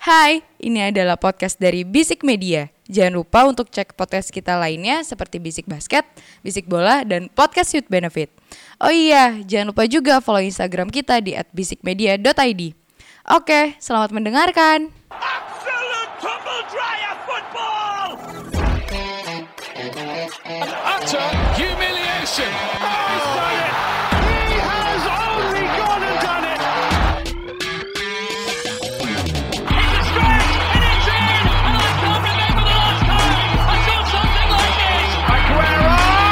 Hai, ini adalah podcast dari Bisik Media. Jangan lupa untuk cek podcast kita lainnya seperti Bisik Basket, Bisik Bola, dan Podcast Youth Benefit. Oh iya, jangan lupa juga follow Instagram kita di @bisikmedia.id. Oke, selamat mendengarkan. Absolute tumble dryer football! An utter humiliation. Oh, he's done it! He has only gone and done it! It's a stretch, and it's in! And I can't remember the last time I saw something like this! Aguero!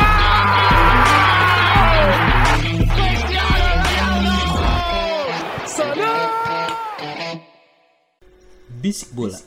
Cristiano Ronaldo! Salah! Bisik bola.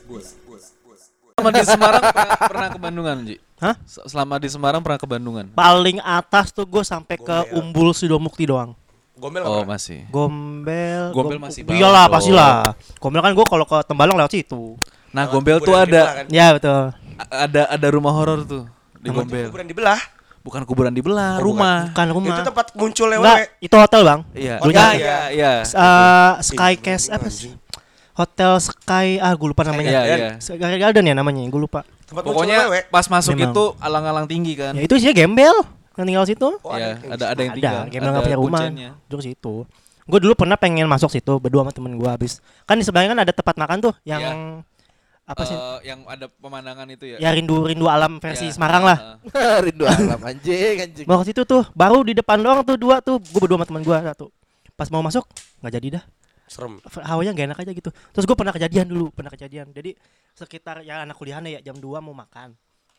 Selama di Semarang pernah ke Bandungan, Ji? Hah? Selama di Semarang pernah ke Bandungan? Paling atas tuh gue sampai ke Umbul Sidomukti doang. Gombel Oh, apa? masih. Gombel masih bawah iyalah dong. pastilah. Gombel kan gue kalau ke Tembalang lewat situ. Nah, Lewat Gombel tuh kuburan ada dibelah kan? Ya betul. ada rumah horor tuh di Gombel. Kuburan dibelah. Bukan kuburan dibelah, rumah. Bukan rumah. Itu tempat munculnya Enggak, wewe. itu hotel bang. Iya. Oh, Iya, iya. iya. Skycast apa sih? Hotel Sky gue lupa namanya. Iya, iya. Sky Garden ya namanya, gue lupa. Tempat munculnya wewe. Pokoknya pas masuk Memang. itu alang-alang tinggi kan. Ya itu sih gembel yang tinggal situ. Oh, Iya, ada ada yang Ada, tinggal. gembel nggak punya rumah. kuncinya. Duduk situ. Gue dulu pernah pengen masuk situ berdua sama temen gue habis. Kan di sebelahnya kan ada tempat makan tuh yang Iya. apa sih? Yang ada pemandangan itu ya. Ya rindu alam versi Iya. Semarang lah. Rindu alam anjing. Mau ke situ tuh, baru di depan doang tuh dua tuh, gue berdua sama teman gue satu. Pas mau masuk nggak jadi dah, Serem. hawanya nggak enak aja gitu. Terus gue pernah kejadian. Jadi sekitar ya anak kuliahnya ya jam 2 mau makan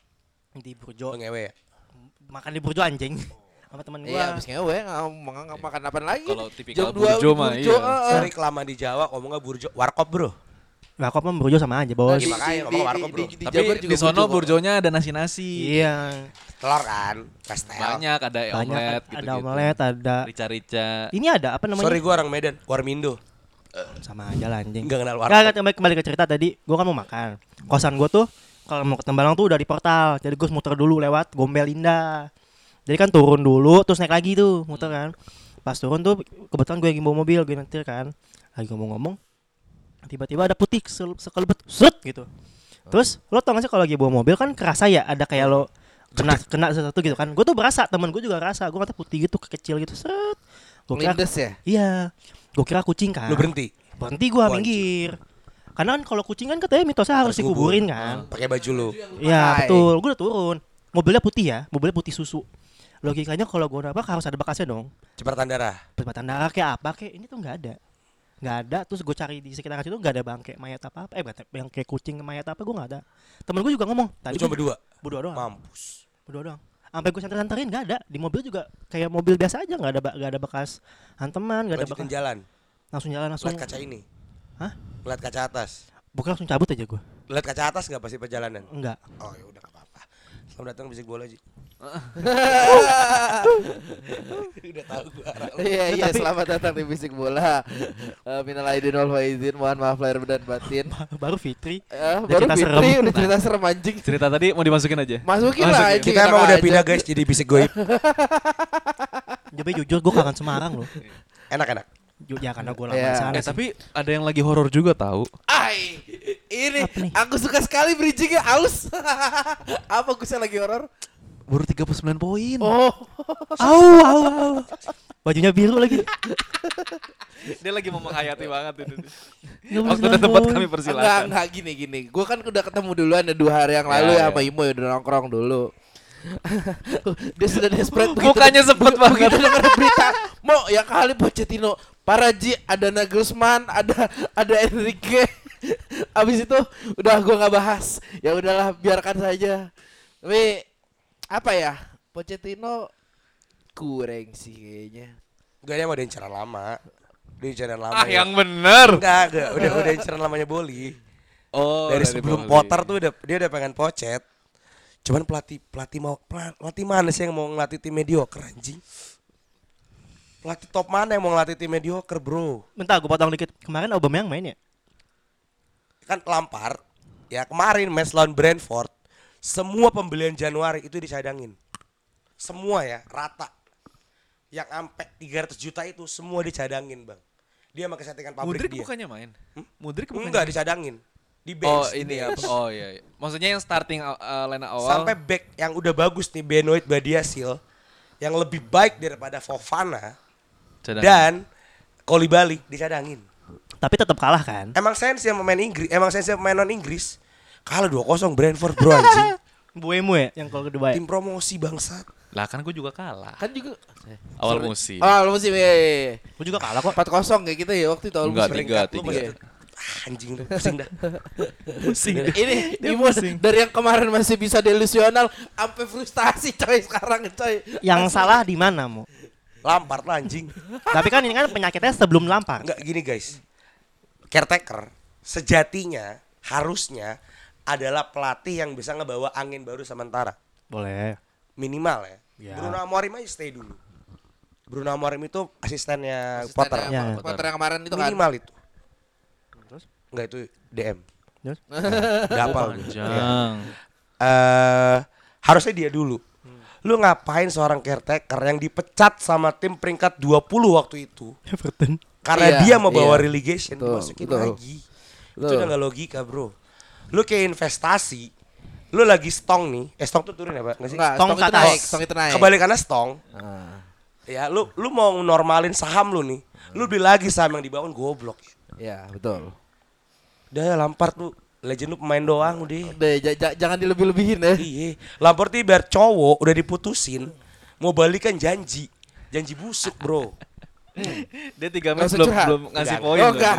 di Burjo, Oh, ngewe ya. makan di Burjo anjing sama teman gue. Iya, abis ngewe nggak makan apa lagi. Kalau tipikal Jam 2 Burjo mah iya. Seri kelama di Jawa ngomongnya burjo. Warkop, Bro. Lah kok mah Burjo sama aja bos. Di- makanya ngomong warkop, bro. Di Tapi Jabar juga di sono Burjo. burjonya ada nasi-nasi. Iya, Telur kan, pastel. Banyak, ada banyak omelet gitu. ada omelet, ada. Rica-rica. Ini ada apa namanya? Sorry, gua orang Medan, Warmindo. Sama aja lah anjing. Enggak kenal Nggak, warkop. kembali ke cerita tadi, gue kan mau makan. Kosan gue tuh kalau mau ke Tembalang tuh udah di portal, jadi gue muter dulu lewat Gombel Indah. Jadi kan turun dulu, terus naik lagi tuh muter kan. Pas turun tuh kebetulan gue lagi bawa mobil, gue nyetir kan. Lagi ngomong-ngomong, tiba-tiba ada putih sekelebet, set gitu. Terus lo tau gak sih kalau lagi bawa mobil kan kerasa ya ada kayak lo kena sesuatu gitu kan. Gue tuh berasa, temen gue juga ngerasa, gue kata putih gitu, kecil gitu, set. Gue kira, Lindes ya. iya, gue kira kucing kan. Lu berhenti. Berhenti gua Oh, minggir. Karena kan kalau kucing kan katanya mitosnya harus dikuburin kan. Pakai baju lu. Iya Hai. betul. Gua udah turun. Mobilnya putih ya, mobilnya putih susu. Logikanya kalau gua nabrak harus ada bekasnya dong. Cepetan darah. Percepatan darah kayak apa kayak ini tuh nggak ada. Terus gue cari di sekitar situ nggak ada bangke mayat apa. Yang kayak kucing mayat apa gua nggak ada. Temen gue juga ngomong. Lu cuma berdua. Berdua doang. Mampus. Berdua doang. Sampai gue santer-santerin nggak ada. Di mobil juga kayak mobil biasa aja nggak ada bekas hanteman, nggak ada Lanjutin bekas. jalan. Langsung jalan langsung. Lihat kaca ini. Hah? Lihat kaca atas. Bukan langsung cabut aja gue. Lihat kaca atas enggak pasti perjalanan? Enggak. Oh, ya udah enggak apa-apa. Selamat datang Bisik Bola, Ji. Udah tahu gua arah lu. Iya, Tapi- selamat datang di Bisik Bola. Minal aidin wal faizin, mohon maaf lahir dan batin. Baru Fitri. Baru cerita Fitri serem. udah cerita serem anjing. Cerita tadi mau dimasukin aja. Masukin Masukin. lah anjing. Kita emang enak udah aja. pindah guys jadi Bisik Goib. Tapi jujur gue kangen Semarang loh. Enak-enak. Ya karena gue lama Iya. di sana. sih. Tapi ada yang lagi horor juga tahu. Ai, ini Apa nih? aku suka sekali bridgingnya aus. Apa gue lagi horor? Baru 39 poin. Oh, Au. Bajunya biru lagi. Dia lagi mau menghayati banget itu. Nggak Waktu boleh dan tempat boy. kami persilakan. enggak gini. Gue kan udah ketemu duluan ada 2 hari yang lalu Ya, ya sama Imo ya udah nongkrong dulu. Dia sudah desperate Mukanya sebut banget. begitu denger berita mau ya kali Pochettino Paraji ada Nagelsmann ada Enrique. Abis itu udah gua nggak bahas, ya udahlah biarkan saja. Tapi apa ya, Pochettino kurang sih kayaknya. Enggak, dia mau ada inceran lama. Dia inceran lama. Ah, ya. yang bener. Enggak. Udah inceran lamanya Boli. Oh, Dari sebelum Potter tuh dia udah pengen Pochet. Cuman pelatih mana sih yang mau ngelatih tim mediocre anjing? Pelatih top mana yang mau ngelatih tim mediocre, bro? Bentar gue potong dikit. Kemarin Aubameyang main ya? Kan Lampard ya kemarin match lawan Brentford, semua pembelian Januari itu dicadangin. Semua ya, rata. Yang sampai 300 juta itu semua dicadangin, Bang. Dia pakai settingan pabrik Mudrik dia. bukannya main? Mudrik bukannya Enggak main? dicadangin. Di bench. Oh di ini ya. bench. Oh iya. Maksudnya yang starting line awal. Sampai back yang udah bagus nih Benoit Badiashile yang lebih baik daripada Fofana cadangan. dan Koulibaly dicadangin. Tapi tetap kalah kan? Emang sensi yang pemain Inggris, emang sensi yang pemain non Inggris. Kalah 2-0 Brentford bro anjing. Buemu ya yang kalau kedua. Tim promosi bangsat. Lah kan gue juga kalah. Kan juga Awal musim. awal musim ya. Gue juga kalah kok. 4-0 kayak gitu ya waktu itu awal Enggak, musim. tiga. Lu masih- anjing tuh pusing dah. Pusing. Ini Imo dari yang kemarin masih bisa delusional sampai frustasi coy sekarang coy. Yang salah di mana, Mo? Lampard lah anjing. Tapi kan ini kan penyakitnya sebelum Lampard. Enggak gini guys. Caretaker sejatinya harusnya adalah pelatih yang bisa ngebawa angin baru sementara. Boleh. Minimal ya. Ya. Bruno Amorim aja stay dulu. Bruno Amorim itu asistennya Potter. Ya. Potter yang kemarin itu kan. Minimal itu. Terus? Enggak itu DM. Terus? Enggak apa gue. Jangan. Harusnya dia dulu. Lu ngapain seorang caretaker yang dipecat sama tim peringkat 20 waktu itu Everton. karena Iya, dia mau bawa iya. relegation Betul, dimasukin betul. lagi. Itu Betul. udah gak logika, bro. Lu kayak investasi, lu lagi stong nih. Stong tuh turun ya, Pak? Nggak sih? Enggak, Stong Stong ke itu atas. naik, Stong itu naik. Kebalikannya stong. Ah. Ya, lu mau normalin saham lu nih. Lu beli lagi saham yang dibangun goblok. Ya, betul. Udah Lampard lu legend lu pemain doang udah. Udah jangan dilebih-lebihin ya. Iya, Lampard ini biar cowok udah diputusin, mau balikan janji busuk bro. Dia 3 Nggak match usah belum curhat. belum ngasih Enggak. poin. Oh loh. enggak.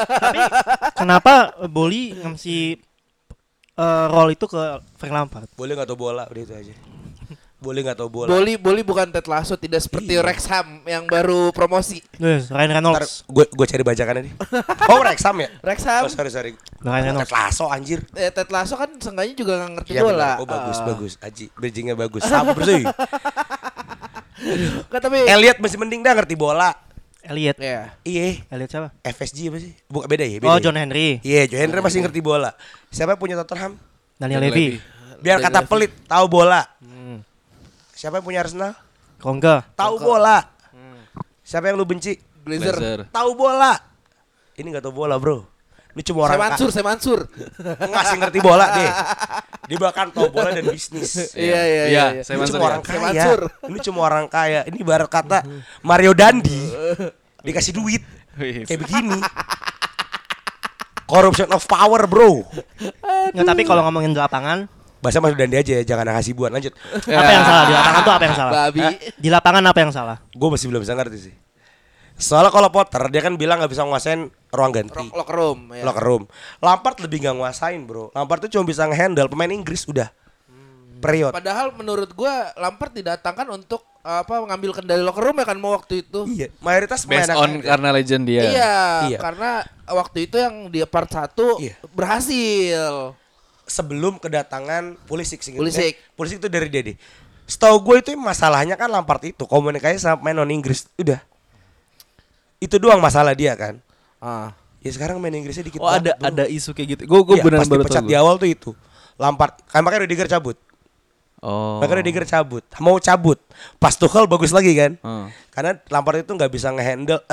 Kenapa Boli ngasih role itu ke Frank Lampard? Boleh nggak tahu bola udah itu aja. Boleh nggak tahu bola. Boli bukan Ted Lasso, tidak seperti Iya. Wrexham yang baru promosi. Yes, Ryan Ntar Reynolds. gue cari bajakannya nih. Oh Wrexham ya? Wrexham. Oh sorry. Ryan Reynolds. Ted Lasso anjir. Ted Lasso kan seenggaknya juga nggak ngerti Iya bola. benar. Oh bagus Ah. bagus. Aji bridgingnya bagus. Sabar sih. Kan tapi Elliot masih mending dah ngerti bola. Elliot. ya. Iya. Elliot siapa? FSG apa sih? Bukan beda ya? Beda Oh, ya? John Henry. Iya, John Henry masih ngerti bola. Siapa yang punya Tottenham? Daniel Daniel Levy. Biar Daniel kata Levy. pelit, tahu bola. Hmm. Siapa yang punya Arsenal? Kongga. Tahu bola. Siapa yang lu benci? Glazer. Glazer. Tahu bola. Ini nggak tahu bola, bro. Ini cuma orang Saya Mansur. nggak sih ngerti bola deh. Dia bahkan tahu bola dan bisnis. Iya. Saya Ini Mansur cuma ya. orang Saya kaya. Mansur. Ini cuma orang kaya. Ini barat kata Mario Dandi dikasih duit Wih. kayak begini. Corruption of power, bro. Nggak, tapi kalau ngomongin di lapangan, Bahasa Mas Dandi aja ya, jangan Hasibuan. Lanjut. apa yang salah di lapangan tuh apa yang salah? Babi. Hah? Di lapangan apa yang salah? Gue masih belum bisa ngerti sih. Soalnya kalau Potter dia kan bilang nggak bisa nguasain ruang ganti. Locker room. Ya. Locker room. Lampard lebih nggak nguasain, bro. Lampard tuh cuma bisa ngehandle pemain Inggris udah. Period. Padahal menurut gua Lampard didatangkan untuk mengambil kendali locker room ya kan mau waktu itu. Iya, mayoritas Based pemain on akan- karena legend dia. Iya. Karena waktu itu yang dia part 1 Iya. berhasil. sebelum kedatangan Pulisic sih. Pulisic. Pulisic itu dari Dede. Setahu gue itu masalahnya kan Lampard itu komunikasi sama pemain non Inggris. Udah. Itu doang masalah dia kan. Ah. Ya sekarang main Inggrisnya dikit Oh banget, bro. ada isu kayak gitu. Gue Iya, benar pas baru dipecat tahu. di awal tuh itu. Lampard kan makanya Rudiger cabut. Oh. Makanya Rudiger cabut. Mau cabut. Pas Tuchel bagus lagi kan. Hmm. Karena Lampard itu nggak bisa ngehandle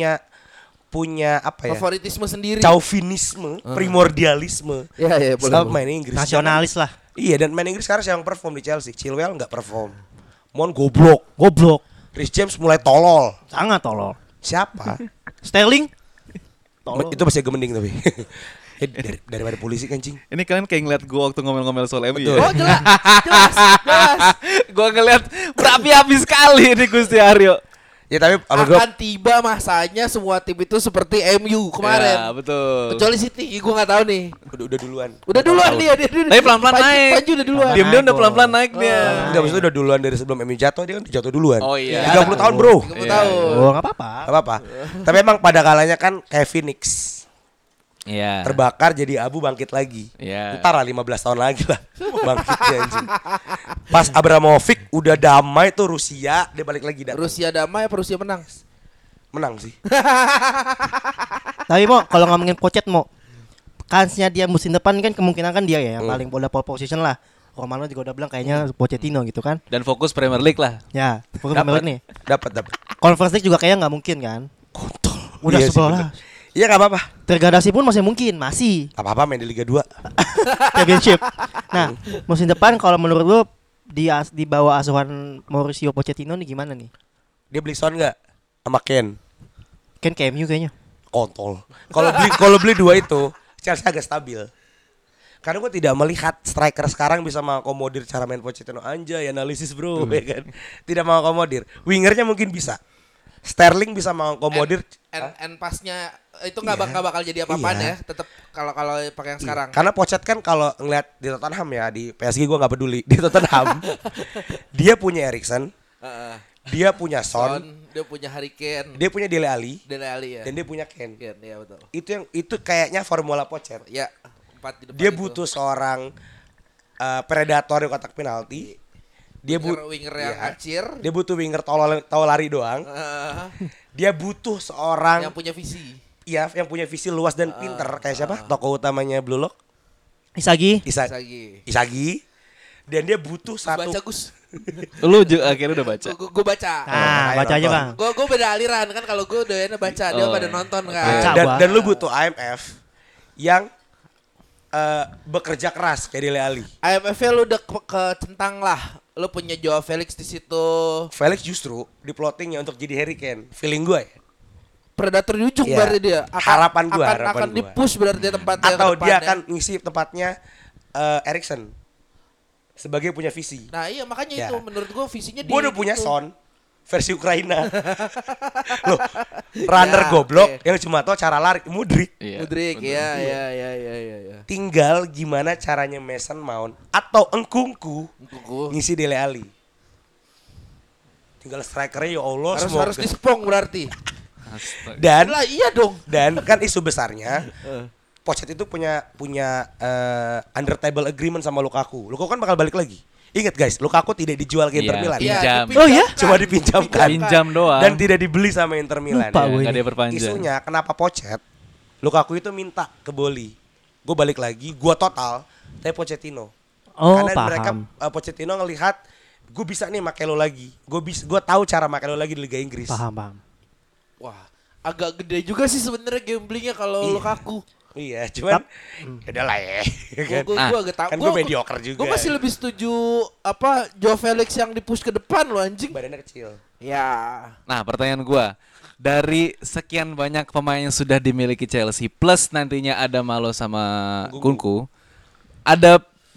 punya apa ya? Favoritisme sendiri. Chauvinisme, primordialisme. Iya, boleh. Sama boleh. main Inggris. Nasionalis lah. Iya, dan main Inggris sekarang siapa yang perform di Chelsea? Chilwell nggak perform. Mon goblok. Goblok. Rhys James mulai tolol. Sangat tolol. Siapa? Sterling. Tolol. Itu masih agak mending tapi. Daripada polisi kancing. Ini kalian kayak ngeliat gue waktu ngomel-ngomel soal MU Betul. ya? Oh, jelas. Gue ngeliat berapi-api sekali ini Gusti Aryo. Ya tapi kalau gue Akan tiba masanya semua tim itu seperti MU Ya, kemarin. betul. Kecuali City, gue nggak tahu nih. udah duluan. Udah duluan dia. Tapi pelan-pelan naik. Panju udah duluan. Diam-diam udah pelan-pelan naik dia. Enggak, maksudnya udah duluan dari sebelum MU jatuh, dia kan jatuh duluan. Oh iya. 30 tahun, Bro. 30 Iya. tahun. Oh, nggak apa-apa. Gak apa-apa. Tapi emang pada kalanya kan kayak Phoenix. Iya. Terbakar jadi abu bangkit lagi. Iya. Ntar lah 15 tahun lagi lah bangkitnya anjing. Pas Abramovich udah damai tuh Rusia, dia balik lagi datang. Rusia damai apa Rusia menang? Menang sih. Tapi mau kalau ngomongin Pochet mau kansnya dia musim depan kan kemungkinan kan dia ya yang paling udah pole position lah. Romano juga udah bilang kayaknya Pochettino gitu kan. Dan fokus Premier League lah. Ya, fokus Dapat. Premier League nih. Dapat. Conference League juga kayaknya nggak mungkin kan. Kontol. Udah Iya sih, 11. bener. Iya nggak apa-apa. Degradasi pun masih mungkin, masih Nggak apa-apa main di Liga 2. championship. Nah, musim depan kalau menurut lu di bawah asuhan Mauricio Pochettino nih gimana nih? Dia beli Son nggak? Sama Ken. Kan KMU kayaknya. Kontol. Kalau beli dua itu Chelsea agak stabil. Karena gue tidak melihat striker sekarang bisa mengakomodir cara main Pochettino. Anjay, analisis bro, ya kan. Tidak mengakomodir. Wingernya mungkin bisa. Sterling bisa mengakomodir. And pasnya itu nggak bakal jadi apa-apaan Iya. ya. Tetap kalau pakai yang sekarang. Karena Pochet kan kalau ngeliat di Tottenham ya, di PSG gue nggak peduli. Di Tottenham dia punya Eriksen, Heeh. dia punya Son, Son, dia punya Harry Kane, dia punya Dele Alli, Dele Alli ya. dan dia punya Kane. Kane, ya betul. Itu kayaknya formula Pochet. Ya, 4 di depan Dia itu. butuh seorang predator di kotak penalti. Dia winger yang iya. acir. Dia butuh winger tahu lari doang. Dia butuh seorang yang punya visi. iya yang punya visi luas dan pinter kayak siapa? Tokoh utamanya Blue Lock, Isagi. Lagi. Isagi. Dan dia butuh satu Baca Gus. Lu akhirnya udah baca. Gue baca. Nah, baca aja, Bang. Gue beda aliran kan, kalau gue doyannya baca, dia pada nonton kan. Baca. dan lu butuh IMF yang bekerja keras kayak Dele Alli. IMF-nya lu udah kecentang lah. Lu punya Joao Felix di situ. Felix justru di plottingnya untuk jadi Harry Kane. Feeling gue ya. Predator di ujung Iya. berarti dia. Harapan gua. Akan di-push berarti dia tempatnya. Atau ke dia depannya. akan ngisi tempatnya Eriksen sebagai punya visi. Nah iya makanya Ya. itu menurut gue visinya Gue udah punya gitu. Son versi Ukraina. Loh, runner Ya, goblok oke. yang cuma tahu cara lari Mudrik. Iya. Mudrik, bener. ya. Tinggal gimana caranya Mason Mount atau Engkungku Kuku. ngisi Dele Alli. Tinggal strikernya ya Allah Harus dispong berarti. Astaga. Dan Iya dong. kan isu besarnya Pochet itu punya under table agreement sama Lukaku. Lukaku kan bakal balik lagi. Ingat guys, Lukaku tidak dijual ke Inter Iya, Milan. pinjam. Oh ya? Cuma dipinjamkan. Pinjam doang. Dan tidak dibeli sama Inter Milan. Lupa Ya. gue Nggak ini. dia perpanjang. Isunya kenapa Pochet? Lukaku itu minta ke Boli. Gue balik lagi, gue total, tapi Pochettino. Oh, Karena mereka paham. Pochettino ngelihat gue bisa nih make lo lagi. Gue tahu cara make lo lagi di Liga Inggris. Paham. Wah, agak gede juga sih sebenarnya gamblingnya kalau Iya. Lukaku. Iya, cuman udahlah ya. Gue agak tahu. Kan gue mediocre juga. Gue masih lebih setuju Joao Felix yang di-push ke depan lo anjing. badannya kecil. Ya. Nah, pertanyaan gua, dari sekian banyak pemain yang sudah dimiliki Chelsea plus nantinya ada Malo sama Kunku, ada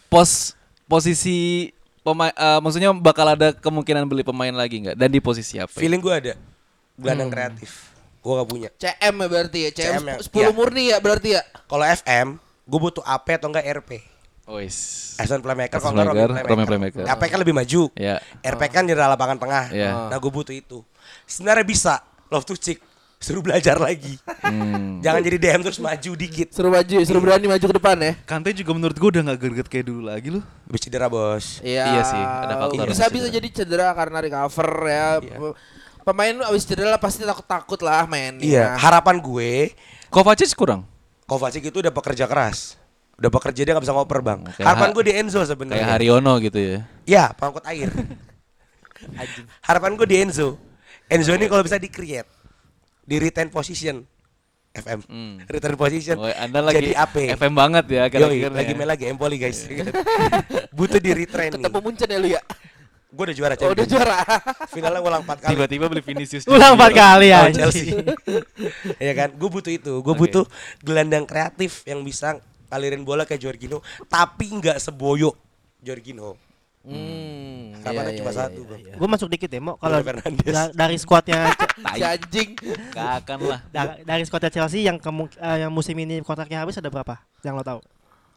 posisi pemain, maksudnya bakal ada kemungkinan beli pemain lagi nggak? Dan di posisi apa? Feeling gue ada gelandang kreatif. Gue gak punya. CM ya berarti ya. CM, CM ya. 10 Iya. murni ya berarti ya. Kalau FM, gue butuh AP atau enggak RP. Ois. Aston Playmaker, Aston kalau enggak Playmaker, Robin Robin Playmaker. AP kan lebih maju. Ya. RP kan di lapangan tengah. Iya. Nah gue butuh itu. Sebenarnya bisa Loftus-Cheek suruh belajar lagi. Jangan jadi DM terus maju dikit. Suruh berani maju ke depan ya. Kante juga menurut gua udah nggak gerget kayak dulu lagi loh. Habis cedera bos. Iya sih, ada faktor Bisa cedera. jadi cedera karena recover ya. Iya. Pemain abis cedera pasti takut lah main. Iya. Harapan gue Kovacic kurang. Kovacic itu udah pekerja keras. Udah bekerja dia gak bisa ngoper bang. Kayak Harapan gue di Enzo Kayak sebenarnya. Haryono gitu ya. Ya pengangkut air. Harapan gue di Enzo. Enzo ini kalau bisa di-create, di retain position FM. Retain position. Oh, Anda lagi jadi AP. FM banget ya Yoi, kira-kira. lagi main lagi Empoli guys. Butuh di retraining. Ketemu Munchen ya lu ya. Gue udah juara Oh udah Champions. juara. Finalnya ulang 4 kali. Tiba-tiba beli Vinicius. Ulang 4 kali ya. Lawan Chelsea. Iya kan? Gue butuh itu. Gue butuh gelandang kreatif yang bisa alirin bola kayak Jorginho, tapi nggak seboyok Jorginho. Harapannya cuma satu, Bang. Gue masuk dikit ya, Mo. Kalau Bruno Fernandes. dari skuadnya Si anjing. Gak akan lah. dari skuadnya Chelsea yang yang musim ini kontraknya habis ada berapa? Yang lo tahu?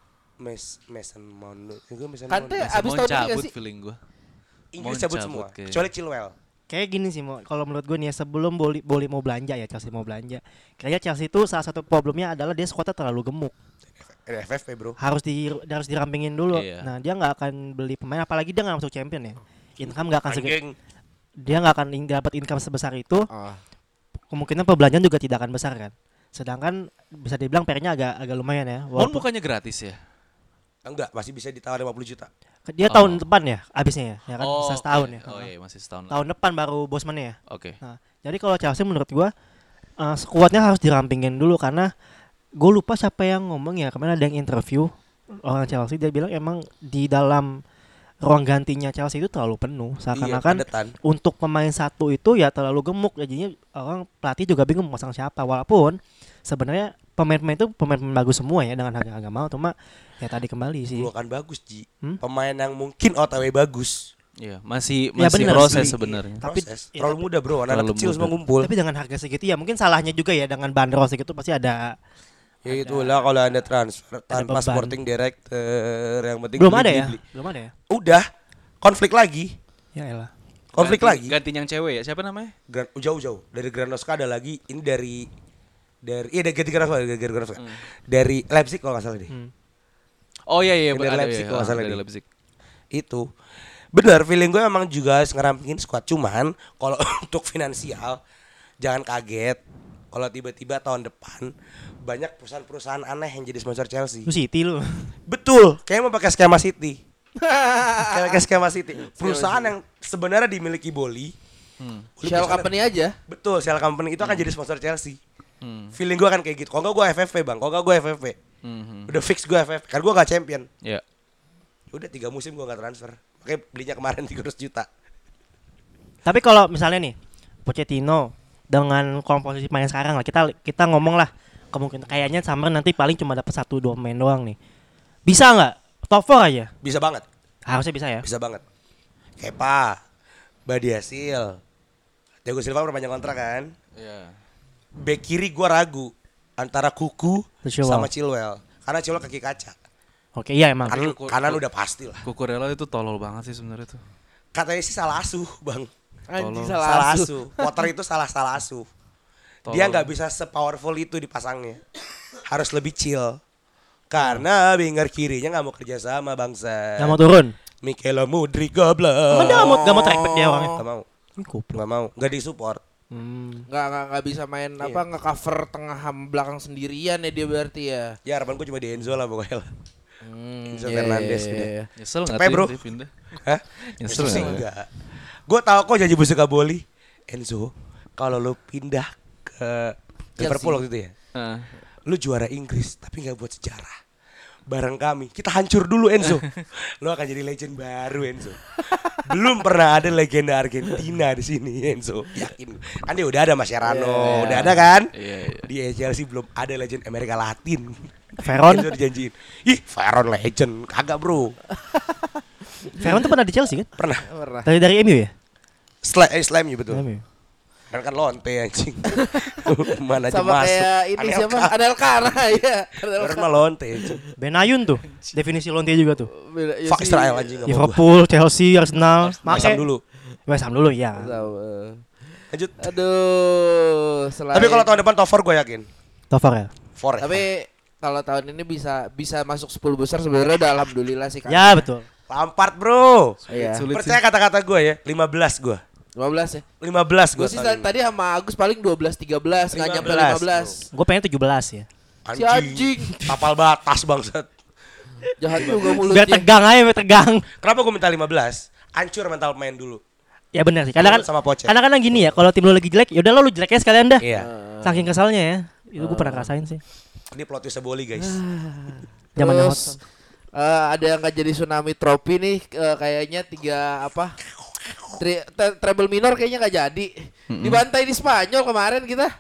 Mason Mount. Gue Mason Kante Mount. abis Mau tahun ini gak cabut sih? feeling gua. Inggris mau cabut cabut semua, kayak- kecuali Chilwell. Kayak gini sih, Mo. Kalau menurut gue nih ya, sebelum Boli mau belanja ya, Chelsea mau belanja. Kayaknya Chelsea itu salah satu problemnya adalah dia skuadnya terlalu gemuk. FFP bro. Harus dirampingin dulu. Iya. Nah, dia nggak akan beli pemain apalagi dia nggak masuk champion ya. Income nggak akan Anjing. dia nggak akan dapat income sebesar itu. Oh. Kemungkinan perbelanjaan juga tidak akan besar kan. Sedangkan bisa dibilang PR-nya agak lumayan ya. Mon bukannya gratis ya? Enggak, masih bisa ditawar 50 juta. Dia tahun depan ya habisnya ya kan bisa setahun oke. ya. Oh iya, masih setahun. Tahun depan baru Bosman ya. Oke. Nah, jadi kalau Chelsea menurut gua skuadnya harus dirampingin dulu karena gue lupa siapa yang ngomong ya, kemarin ada yang interview orang Chelsea, dia bilang emang di dalam ruang gantinya Chelsea itu terlalu penuh, seakan-akan padetan. untuk pemain satu itu ya terlalu gemuk, jadinya orang pelatih juga bingung memasang siapa, walaupun sebenarnya pemain-pemain itu pemain-pemain bagus semua ya dengan harga mahal, cuma ya tadi kembali sih. Bukan bagus Ji. Pemain yang mungkin OTW bagus. Iya, masih Ya, bener proses sih. sebenarnya. Tapi- Proses. ya, Terlalu muda bro, anak terlalu kecil muda. semua ngumpul. Tapi dengan harga segitu ya mungkin salahnya juga ya, dengan bandrol segitu pasti ada. Ya itulah kalau anda transfer tanpa beban. sporting director, yang penting Belum beli, ada beli, ya? beli. Belum ada ya? Udah, konflik lagi. Ya elah. Konflik lagi. Ganti yang cewek ya, siapa namanya? Jauh-jauh dari Granoska ada lagi, ini dari dari Granoska. Dari Leipzig kalau nggak salah deh. Oh iya Yang dari ada, Leipzig iya, kalau nggak salah dari nih. Leipzig. Itu benar, feeling gue emang juga harus ngerampingin squad, cuman kalau untuk finansial jangan kaget kalau tiba-tiba tahun depan banyak perusahaan-perusahaan aneh yang jadi sponsor Chelsea. Lu City lu. Betul, kayaknya mau pakai skema City. Kayak pakai skema City. Perusahaan yang sebenarnya dimiliki Boli. Shell company aja. Betul, Shell Company itu akan jadi sponsor Chelsea. Feeling gue kan kayak gitu. Kalau nggak gue FFP bang, kalau nggak gue FFP. Udah fix gue FFP, karena gue gak champion. Ya. Udah 3 musim gue gak transfer. Makanya belinya kemarin 300 juta. Tapi kalau misalnya nih Pochettino dengan komposisi pemain sekarang lah, kita ngomong lah kemungkinan kayaknya Summer nanti paling cuma dapat 1-2 main doang nih. Bisa nggak? Top 4 aja. Bisa banget, Harusnya bisa ya. bisa banget. Kepa, Badiasil, Thiago Silva perpanjang kontrak kan. Iya. Bek kiri gue ragu antara Kuku Chilwell. sama Chilwell. Karena Chilwell kaki kaca. Oke, iya emang. Kanan udah pasti lah. Cucurella itu tolol banget sih sebenarnya tuh. Katanya sih salah asuh bang. Anjing Tolong. Salah asuh. Potter itu salah asuh. Dia Tolong. nggak bisa sepowerful itu dipasangnya. Harus lebih chill. Karena winger kirinya nggak mau kerja sama bangsa. Nggak mau turun. Michaela Mudryk goblok. Emang dia nggak mau trackback dia orangnya. Nggak mau. Ini goblok. Nggak mau. Nggak disupport. Nggak bisa main apa nge-cover tengah belakang sendirian ya dia berarti ya. Ya harapan gue cuma di Enzo lah pokoknya. Enzo Iya, Fernandes iya, udah. iya. Nyesel nggak Cepet, tuh bro. dia pindah? Hah? Nyesel Sih nggak? enggak. Gue tahu kok janji busuk Boli. Enzo, kalau lo pindah ke Liverpool waktu itu ya, Heeh. lu juara Inggris tapi nggak buat sejarah. Bareng kami, kita hancur dulu Enzo. Lo akan jadi legend baru Enzo. Belum pernah ada legenda Argentina di sini Enzo. Yakin? Kan dia udah ada Mascherano, udah ada kan? Iya, iya. Di Chelsea belum ada legend Amerika Latin. Veron. Enzo dijanjiin. Ih, Veron legend, kagak bro. Veron tuh pernah di Chelsea kan? Pernah. Pernah. Dari MU ya? Slam ya betul. MU. Kan lonte anjing. Mana aja Sama masuk. kayak ini siapa? Anelka ya. Baru mah lonte anjing. Benayoun tuh. Definisi lonte juga tuh. Fuck Israel anjing. nggak mau gua. Liverpool, Chelsea, Arsenal. West Ham dulu. West Ham dulu ya. Lanjut. Aduh, selain Tapi kalau tahun depan top 4 gue yakin. Tovar ya. 4 ya. Tapi kalau tahun ini bisa masuk 10 besar sebenarnya udah alhamdulillah sih kan. Ya betul. Lampard bro. Iya. Sulit Percaya kata-kata gue ya. 15 gue. 15 ya. 15 gue. Gue sih tadi sama Agus paling 12 13 enggak nyampe 15. Gue pengen 17 ya. Si anjing. Tapal batas bangsat. Jahat juga Biar mulutnya. tegang aja, biar tegang. Kenapa gue minta 15? Hancur mental pemain dulu. Ya benar sih. Kadang kan Sama Poche. kadang-kadang gini ya, kalau tim lu lagi jelek, yaudah lu jeleknya sekalian dah. Iya. Saking kesalnya ya. Itu gue pernah rasain sih. Ini plot twist Boli guys. Zamannya Terus ada yang nggak jadi tsunami trophy nih kayaknya 3 apa? Treble minor kayaknya nggak jadi. Dibantai di Spanyol kemarin kita.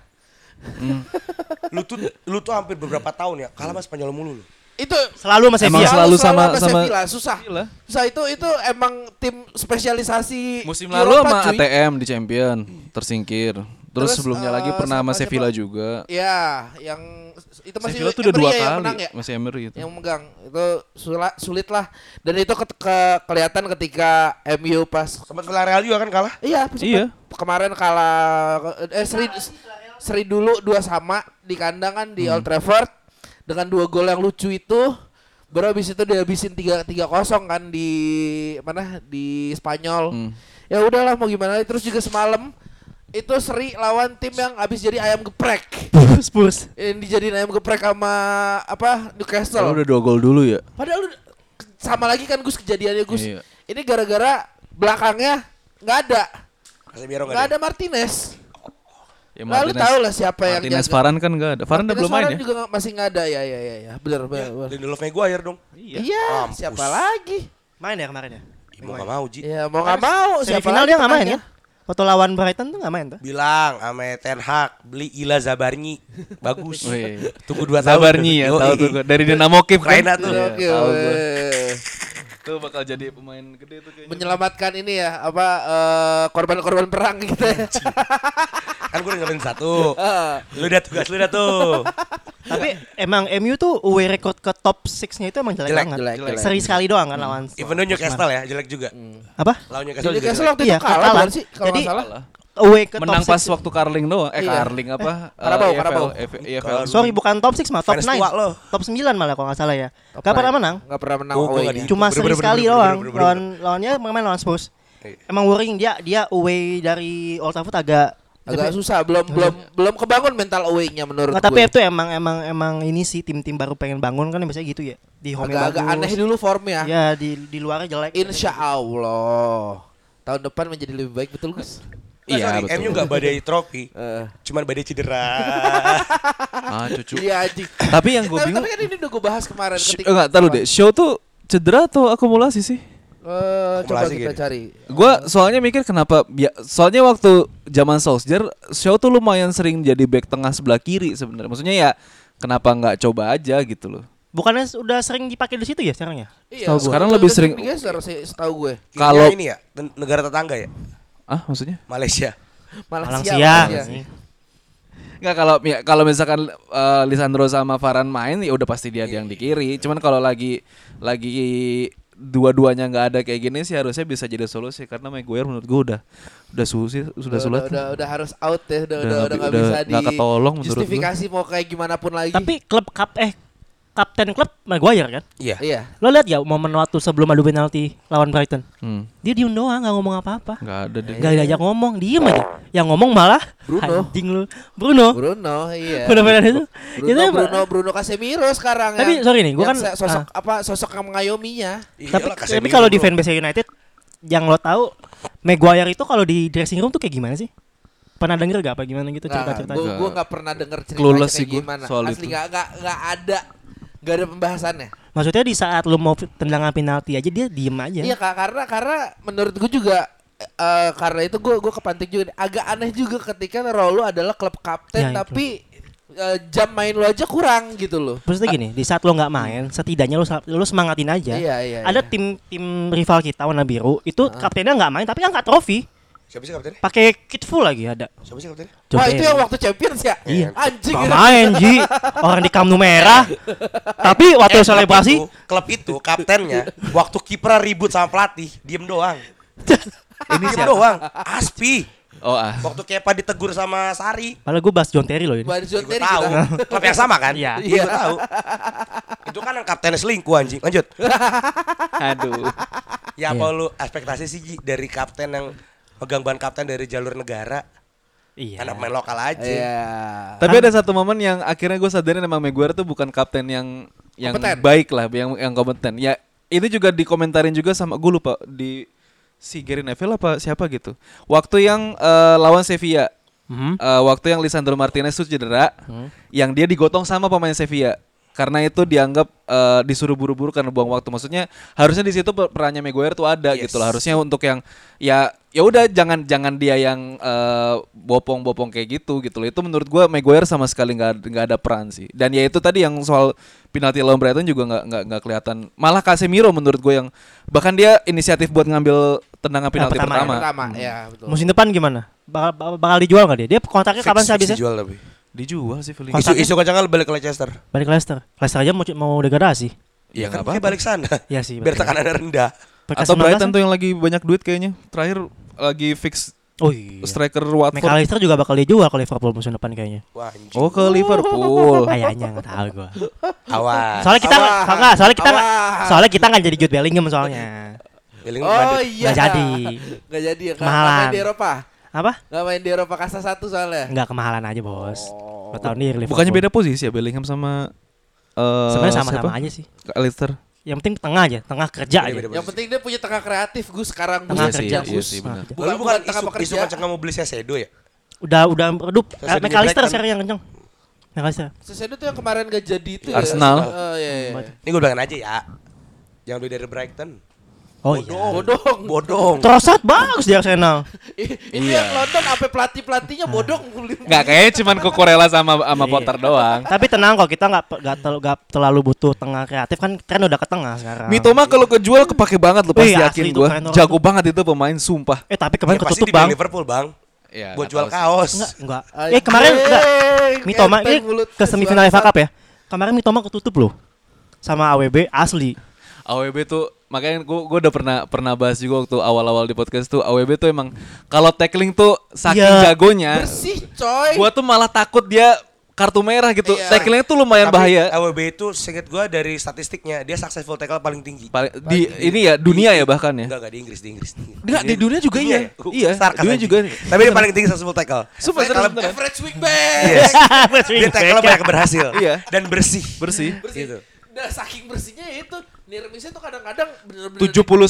Lu tuh hampir beberapa tahun ya kalah sama Spanyol mulu lu. Itu selalu sama Emang Sevilla. selalu sama- Sevilla, susah. Sevilla. Susah itu emang tim spesialisasi Musim lalu Eropa, sama cuy. ATM di Champion tersingkir. Terus sebelumnya lagi pernah sama siapa- Sevilla juga. Ya, yang itu masih Sevilla tuh udah 2 Emery ya yang kali menang ya? masih Emery gitu. Yang megang itu sulit lah. Dan itu kelihatan ketika MU pas Sempat Villarreal juga kan kalah. iya, Iya. kemarin kalah seri dulu 2-2 di kandang kan di Old Trafford dengan 2 gol yang lucu itu. Baru habis itu dihabisin 3-0 kan di mana di Spanyol. Ya udahlah mau gimana. Terus juga semalam itu seri lawan tim yang habis jadi ayam geprek. Spurs. Yang dijadiin ayam geprek sama apa Newcastle. Kalau udah 2 gol dulu ya. Padahal sama lagi kan Gus kejadiannya Gus. Iya. Ini gara-gara belakangnya nggak ada Casemiro nggak ada Martinez. Ya, Lalu tahu lah siapa yang Martinez, jaga. Varane kan enggak ada. Varane udah belum main Varane ya? juga masih nggak ada ya. Bener. Lindelof Maguire dong. Iya, Mampus. siapa lagi? Main ya kemarin ya? Ih, mau gak mau Ji. Ya mau nggak mau. Siapa Semifinal lagi dia nggak main tengahnya? kan? Waktu lawan Brighton tuh nggak main tuh. Bilang sama Ten Hag beli Ila Zabarnyi. Bagus. Wih. Tunggu 2 tahun. Zabarnyi ya, Yoi. tahu tuh gua. Dari Dinamo Kiev Ukraina kan? tuh. Iya, Oke, tahu gua. weh. Tuh bakal jadi pemain gede tuh kayaknya. Menyelamatkan ini ya apa korban-korban perang gitu ya. Kan gue udah ngelakuin satu. Lu udah tugas lu dah tuh. Tapi emang MU tuh away record ke top 6-nya itu emang jelek, Jelek, banget. jelek. Seri sekali doang kan lawan. Even though Newcastle ya jelek juga. Apa? Lawan Newcastle Jadi juga Newcastle jelek. waktu itu Iya, kalah kalah. bukan sih kalau Jadi- nggak salah. Away ke Menang top pas 6. waktu Carling doang. Iya. Carling apa? Carabao. EFL. Sorry bukan top 6 mah, top Fans 9. tua lo. Top 9 malah kalau nggak salah ya. Top Gak pernah nine. menang. Nggak pernah menang Oh, gua away-nya. nggak di- Cuma Bener, seri bener, sekali bener, doang. bener, bener. Lawannya main lawan Spurs. Iya. Emang worrying dia away dari Old Trafford agak Agak susah, belum kebangun mental away-nya menurut Nggak, tapi gue. itu emang ini sih tim-tim baru pengen bangun kan biasanya gitu ya. Di home Agak aneh dulu formnya. Ya di luarnya jelek. Insya Allah tahun depan menjadi lebih baik, betul Gus? Iya, Sorry, betul. MU gak badai trofi. Eh. Cuman badai cedera. Cucu. Iya anjing. Tapi yang gue Tapi bingung, kan ini udah gue bahas kemarin. enggak, taruh deh. Show tuh cedera atau akumulasi sih? Coba Akumulasi kita gini. cari. Gua soalnya mikir kenapa soalnya waktu zaman Solskjaer Shaw tuh lumayan sering jadi back tengah sebelah kiri sebenarnya. Maksudnya ya kenapa nggak coba aja gitu loh. Bukannya udah sering dipakai di situ ya sekarang ya? Iya, Setahu gua. Sekarang udah lebih sering- digeser sih setahu gue. Kalau Kalau- ini ya negara tetangga ya, Maksudnya? Malaysia. Malaysia. Nggak, kalau misalkan Lisandro sama Varane main ya udah pasti dia yang di kiri. Cuman kalau lagi dua-duanya nggak ada kayak gini sih harusnya bisa jadi solusi karena Maguire menurut gua sudah sulit. Udah harus out ya, Udah udah nggak- nggak udah bisa nggak ketolong menurut gua. justifikasi mau kayak gimana pun lagi. Tapi kapten klub Maguire kan? Iya. iya. Lo lihat ya momen waktu sebelum adu penalti lawan Brighton. Dia diem doang nggak ngomong apa-apa. Nggak ada deh. Gak diajak ngomong, diem aja. Yang ngomong malah Bruno. anjing lu. Bruno. Iya. Benar-benar itu. Itu Bruno Casemiro sekarang Tapi yang- sorry nih, gua yang kan- sosok yang mengayominya. Tapi kalau di fanbase United yang lo tahu Maguire itu kalau di dressing room tuh kayak gimana sih? Pernah denger gak apa gimana gitu cerita-cerita? Gue nggak pernah denger ceritanya Clueless sih kayak gua gimana. soal Asli itu. nggak ada pembahasannya. Maksudnya di saat lo mau tendangan penalti aja dia diem aja. Iya Kak, karena menurut gue juga karena itu gue kepantik juga agak aneh juga ketika role lu adalah klub kapten Ya, itu. tapi jam main lu aja kurang gitu loh. Maksudnya gini, di saat lo nggak main, setidaknya lo semangatin aja. Iya. Ada tim rival kita warna biru itu kaptennya nggak main tapi angkat trofi, Siapa sih kaptennya? pakai kit full lagi ada. Siapa sih kaptennya? Wah Coba itu yang waktu Champions ya? Iya. Anjing. nggak main Ji, orang di Camp Nou merah. Tapi waktu selebrasi klub itu kaptennya waktu kiper ribut sama pelatih, diem doang. Ini Diem siapa? doang. Aspi. Oh, Waktu Kepa ditegur sama Sari. malah gue bahas John Terry loh ini. Baris Gue tahu. Klub yang sama kan? Iya. Gue tahu. Itu kan yang kaptennya selingkuh anjing. Lanjut. Aduh. Ya Iya. apa lu ekspektasi sih Ji, dari kapten yang megang ban kapten dari jalur negara? Iya. Karena pemain lokal aja. Iya. Tapi ada satu momen yang akhirnya gue sadarin emang Maguire tuh bukan kapten yang Kompeten. baik lah, yang kompeten. Ya itu juga dikomentarin juga sama gue lupa di si Gary Neville apa siapa gitu. Waktu yang lawan Sevilla, waktu yang Lisandro Martinez tuh cedera, yang dia digotong sama pemain Sevilla. Karena itu dianggap disuruh buru-buru karena buang waktu. Maksudnya harusnya di situ perannya Maguire tuh ada Yes. gitu loh. Harusnya untuk yang ya udah jangan dia yang bopong-bopong kayak gitu loh. Itu menurut gua Maguire sama sekali nggak ada peran sih. Dan ya itu tadi yang soal penalti lawan Brighton juga nggak kelihatan. Malah Casemiro menurut gua yang bahkan dia inisiatif buat ngambil tendangan penalti pertama Pertama, ya betul. Musim depan gimana? Bakal dijual nggak dia? Dia kontraknya kapan sih habisnya? Dijual tapi. dijual sih feeling. Isu kencang balik ke Leicester. Balik ke Leicester. Leicester aja mau degradasi. Iya Ya, kan nggak kayak balik sana. Iya sih. Biar betul. tekanannya rendah. Peringkat Atau 19 Brighton kan? tuh yang lagi banyak duit kayaknya. Terakhir lagi fix Oh iya. striker Watford. McAllister juga bakal dijual ke Liverpool musim depan kayaknya. Wah, anjing. Oh ke Liverpool. Kayaknya nggak tahu gua. Awas. Soalnya kita Awas. soalnya kita nggak jadi Jude Bellingham soalnya. Bellingham Oh bandit. iya. Nggak jadi. Nggak jadi ya. Kemahalan. Main di Eropa. Apa? Nggak main di Eropa kasta 1 soalnya. Nggak kemahalan aja bos. Lo tau nih Liverpool. Bukannya beda posisi ya Bellingham sama Sebenarnya sama-sama siapa? aja sih. Alistair. Yang penting tengah aja, tengah kerja aja. Beda-beda. Yang penting dia punya tengah kreatif Gus sekarang Gus. Tengah Iya sih, kerja iya Gus. sih, benar. Nah, Bukan tengah isu pekerja. kencang mau beli Sesedo ya? Udah redup. Sesuai dengan McAllister Brighton. sekarang yang kenceng. McAllister. Sesuai itu yang kemarin gak jadi itu Arsenal. ya. Oh, iya, iya. Ini gue bilangin aja ya. Jangan beli dari Brighton. Oh iya. Bodong. Trossard bagus di Arsenal. Itu yang London sampai pelatihnya bodong. Nggak, kayaknya cuman Cucurella sama Potter doang. Tapi tenang kok, kita nggak terlalu butuh tengah kreatif kan, tren udah ke tengah sekarang. Mitoma kalau kejual kepake banget lo, pasti Wih, yakin asli itu gue. keren orang Jago tuh. banget itu pemain, sumpah. Tapi kemarin Ya, pasti ketutup dibeli bang. Liverpool bang. Ya, Buat nggak jual tahu sih. kaos. Enggak. Kemarin enggak. Mitoma Gepeng ini mulut ke semifinal FA Cup ya. Kemarin Mitoma ketutup loh. Sama AWB asli. AWB tuh makanya gue udah pernah bahas juga waktu awal-awal di podcast tuh. AWB tuh emang kalau tackling tuh saking Iya. jagonya, Bersih coy. gue tuh malah takut dia kartu merah gitu. Iya. Tacklingnya tuh lumayan Tapi bahaya. AWB itu seinget gue dari statistiknya dia successful tackle paling tinggi. Di ini ya dunia ya bahkan ya. Enggak di Inggris. Enggak, di dunia juga iya. Iya, Sarkas dunia aja. juga. Tapi dia paling tinggi successful tackle. Sumpah Kalau beneran. Average week back. yes. Dia tackle banyak berhasil. Iya. Dan bersih. Bersih. Gitu. Nah, saking bersihnya itu nirmisnya tuh kadang-kadang bener-bener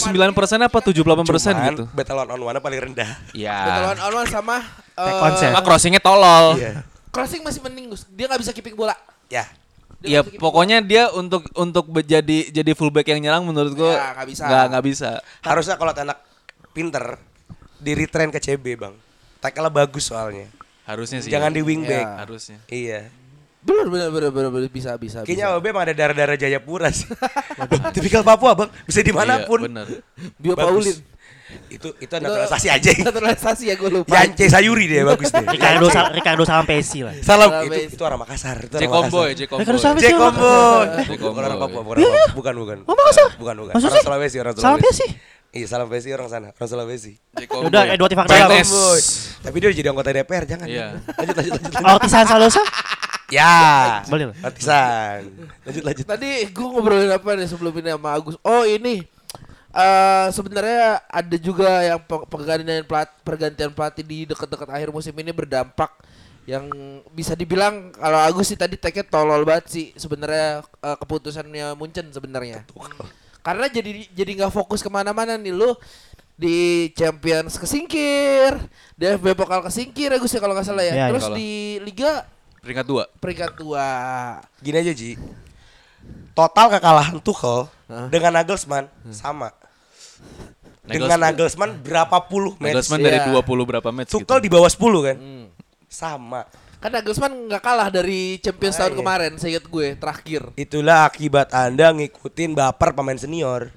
79% apa 78% Cuman gitu. battle on one paling rendah. Betul Iya. on sama konsep. Sama crossingnya tolol. Iya. crossing masih mending Gus. Dia nggak bisa keeping bola. Ya. Iya, pokoknya dia untuk jadi fullback yang nyerang menurut gua Ya, nggak bisa. Nggak bisa. Harusnya kalau anak pinter di retrain ke CB, Bang. Tackle bagus soalnya. Harusnya sih. Jangan di wingback. Ya. Harusnya. Iya. Bener bisa. Kayaknya OB emang ada darah-darah Jayapura sih. Tipikal Papua, Bang. Bisa dimanapun. Iya, bener. Bio Bagus. Paulin. Itu naturalisasi aja. Naturalisasi ya gue lupa. Yance Sayuri dia bagus deh. Ricardo Salampesi lah. Salam Salam, itu orang Makassar. Itu orang Jekomboy, Makassar. Ricardo Jekomboy. Salampesi. Jekombo. Jekomboy. Bukan orang Papua, bukan. Bukan. Oh, Makassar? Bukan. Maksud Orang sih? Sulawesi, orang Salampesi. Iya, Salampesi orang sana, orang Sulawesi. Jekomboy. Udah, dua tifak salam. PNS. Tapi dia udah jadi anggota DPR, jangan. Iya. Lanjut. Ortisan Salosa. Ya. Boleh lah. Artisan. Lanjut. Tadi gue ngobrolin apa nih sebelum ini sama Agus. Oh ini sebenarnya ada juga yang pergantian pelatih di dekat-dekat akhir musim ini berdampak yang bisa dibilang kalau Agus sih tadi take tolol banget sih sebenarnya keputusannya Munchen sebenarnya. Karena jadi nggak fokus kemana-mana nih lu di Champions kesingkir, di FB Pokal kesingkir Agus ya kalau nggak salah ya. Iya, Terus iya. di Liga Peringkat 2. 2. Gini aja, Ji. Total kekalahan Tuchel dengan Nagelsmann sama. Dengan Nagelsmann berapa puluh match? Nagelsmann dari Iya. 20 berapa match gitu. Tuchel di bawah 10 kan? Sama. Kan Nagelsmann nggak kalah dari Champions tahun Makanya. kemarin, seingat gue terakhir. Itulah akibat Anda ngikutin baper pemain senior.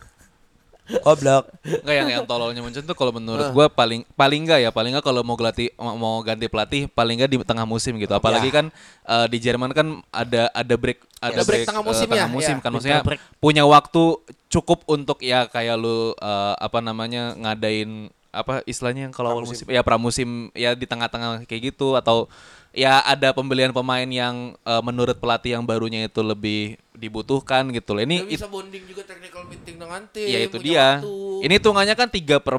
Goblok. Enggak, yang tololnya Munchen tuh kalau menurut gua paling enggak kalau mau ganti pelatih paling enggak di tengah musim gitu. Apalagi kan di Jerman kan ada break break tengah musimnya, tengah musim ya. kan maksudnya Break. punya waktu cukup untuk ya kayak lu ngadain apa istilahnya yang kalau awal musim ya pramusim ya di tengah-tengah kayak gitu atau ya ada pembelian pemain yang menurut pelatih yang barunya itu lebih dibutuhkan gitu loh. Dia Ini bisa bonding juga technical meeting dengan tim. ya itu punya dia. waktu. Ini hitungannya kan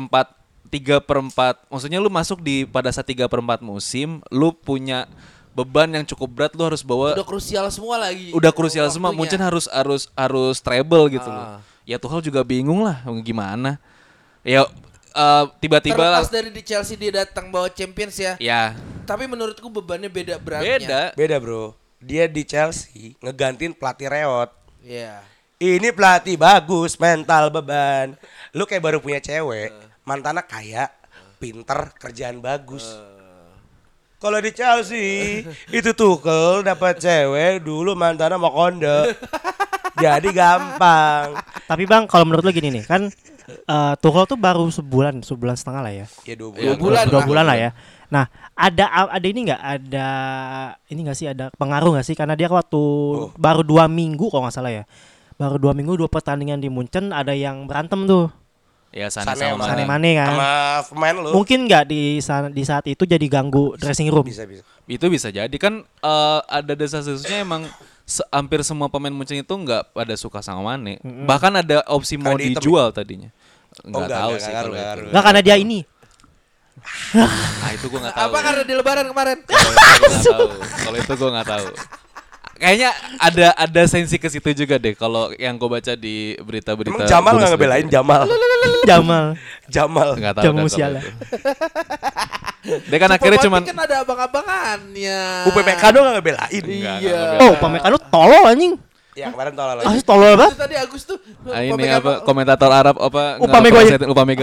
3/4. Maksudnya lu masuk pada saat 3/4 musim, lu punya beban yang cukup berat, lu harus bawa Udah krusial semua lagi. udah krusial semua. Waktunya. Munchen harus treble gitu loh. Ya Tuchel juga bingung lah gimana. Ya tiba-tiba lah. Terlepas dari di Chelsea dia datang bawa Champions ya. Ya, Tapi menurutku bebannya beda beratnya. beda. Beda, Bro. Dia di Chelsea ngegantiin pelatih reot. Iya. Ini pelatih bagus, mental beban. Lu kayak baru punya cewek, mantannya kaya, pinter, kerjaan bagus. Kalau di Chelsea itu Tuchel dapat cewek dulu mantannya mau kondo. Jadi gampang. Tapi Bang, kalau menurut lo gini nih, kan Tuchel tuh baru sebulan setengah lah ya. Ya 2 Ya, bulan. bulan. 2 bulan lah ya. Nah, ada ini nggak? Ada pengaruh nggak sih? Karena dia waktu baru 2 minggu kalau nggak salah ya. Baru 2 minggu 2 pertandingan di Munchen ada yang berantem tuh. Ya Sané sama sama Sané Mane. Mane kan. Sama pemain lu. Mungkin nggak di saat itu jadi ganggu dressing room. Bisa. Itu bisa jadi kan ada desas-desusnya emang hampir semua pemain Munchen itu nggak pada suka sama Mane. Bahkan ada opsi mau Karena dia hitam dijual tadinya. enggak, Tahu enggak sih ngaruh, kalau enggak itu. ngaruh. Nggak karena dia ini. Nah, itu gua nggak tahu. Apa karena di lebaran kemarin? Kalau itu gue nggak tahu. Kayaknya ada sensi ke situ juga deh kalau yang gue baca di berita-berita. Emang Jamal nggak Bundesliga. ngebelain Jamal? Jamal. Jamal. Nggak tahu. Jamal dah kalau Musiala. itu. Dia kan akhirnya cuman kan ada abang-abangannya. UPPK doang gak ngebelain. Iya. Oh, Pamekasan tolol anjing. Ya kemarin tolol lagi. Asli tolol Itu banget. tadi Agus tuh. ini Upamecano. apa komentator Arab apa Upamecano.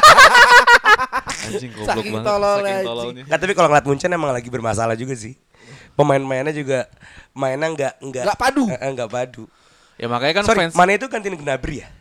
Anjing goblok Saking banget. tolol, Saking anjing. tololnya. Nah, tapi kalau ngeliat Munchen emang lagi bermasalah juga sih. Pemain-pemainnya juga mainnya Nggak padu. Nggak padu. Ya makanya kan Sorry, fans mana itu gantiin Gnabry ya?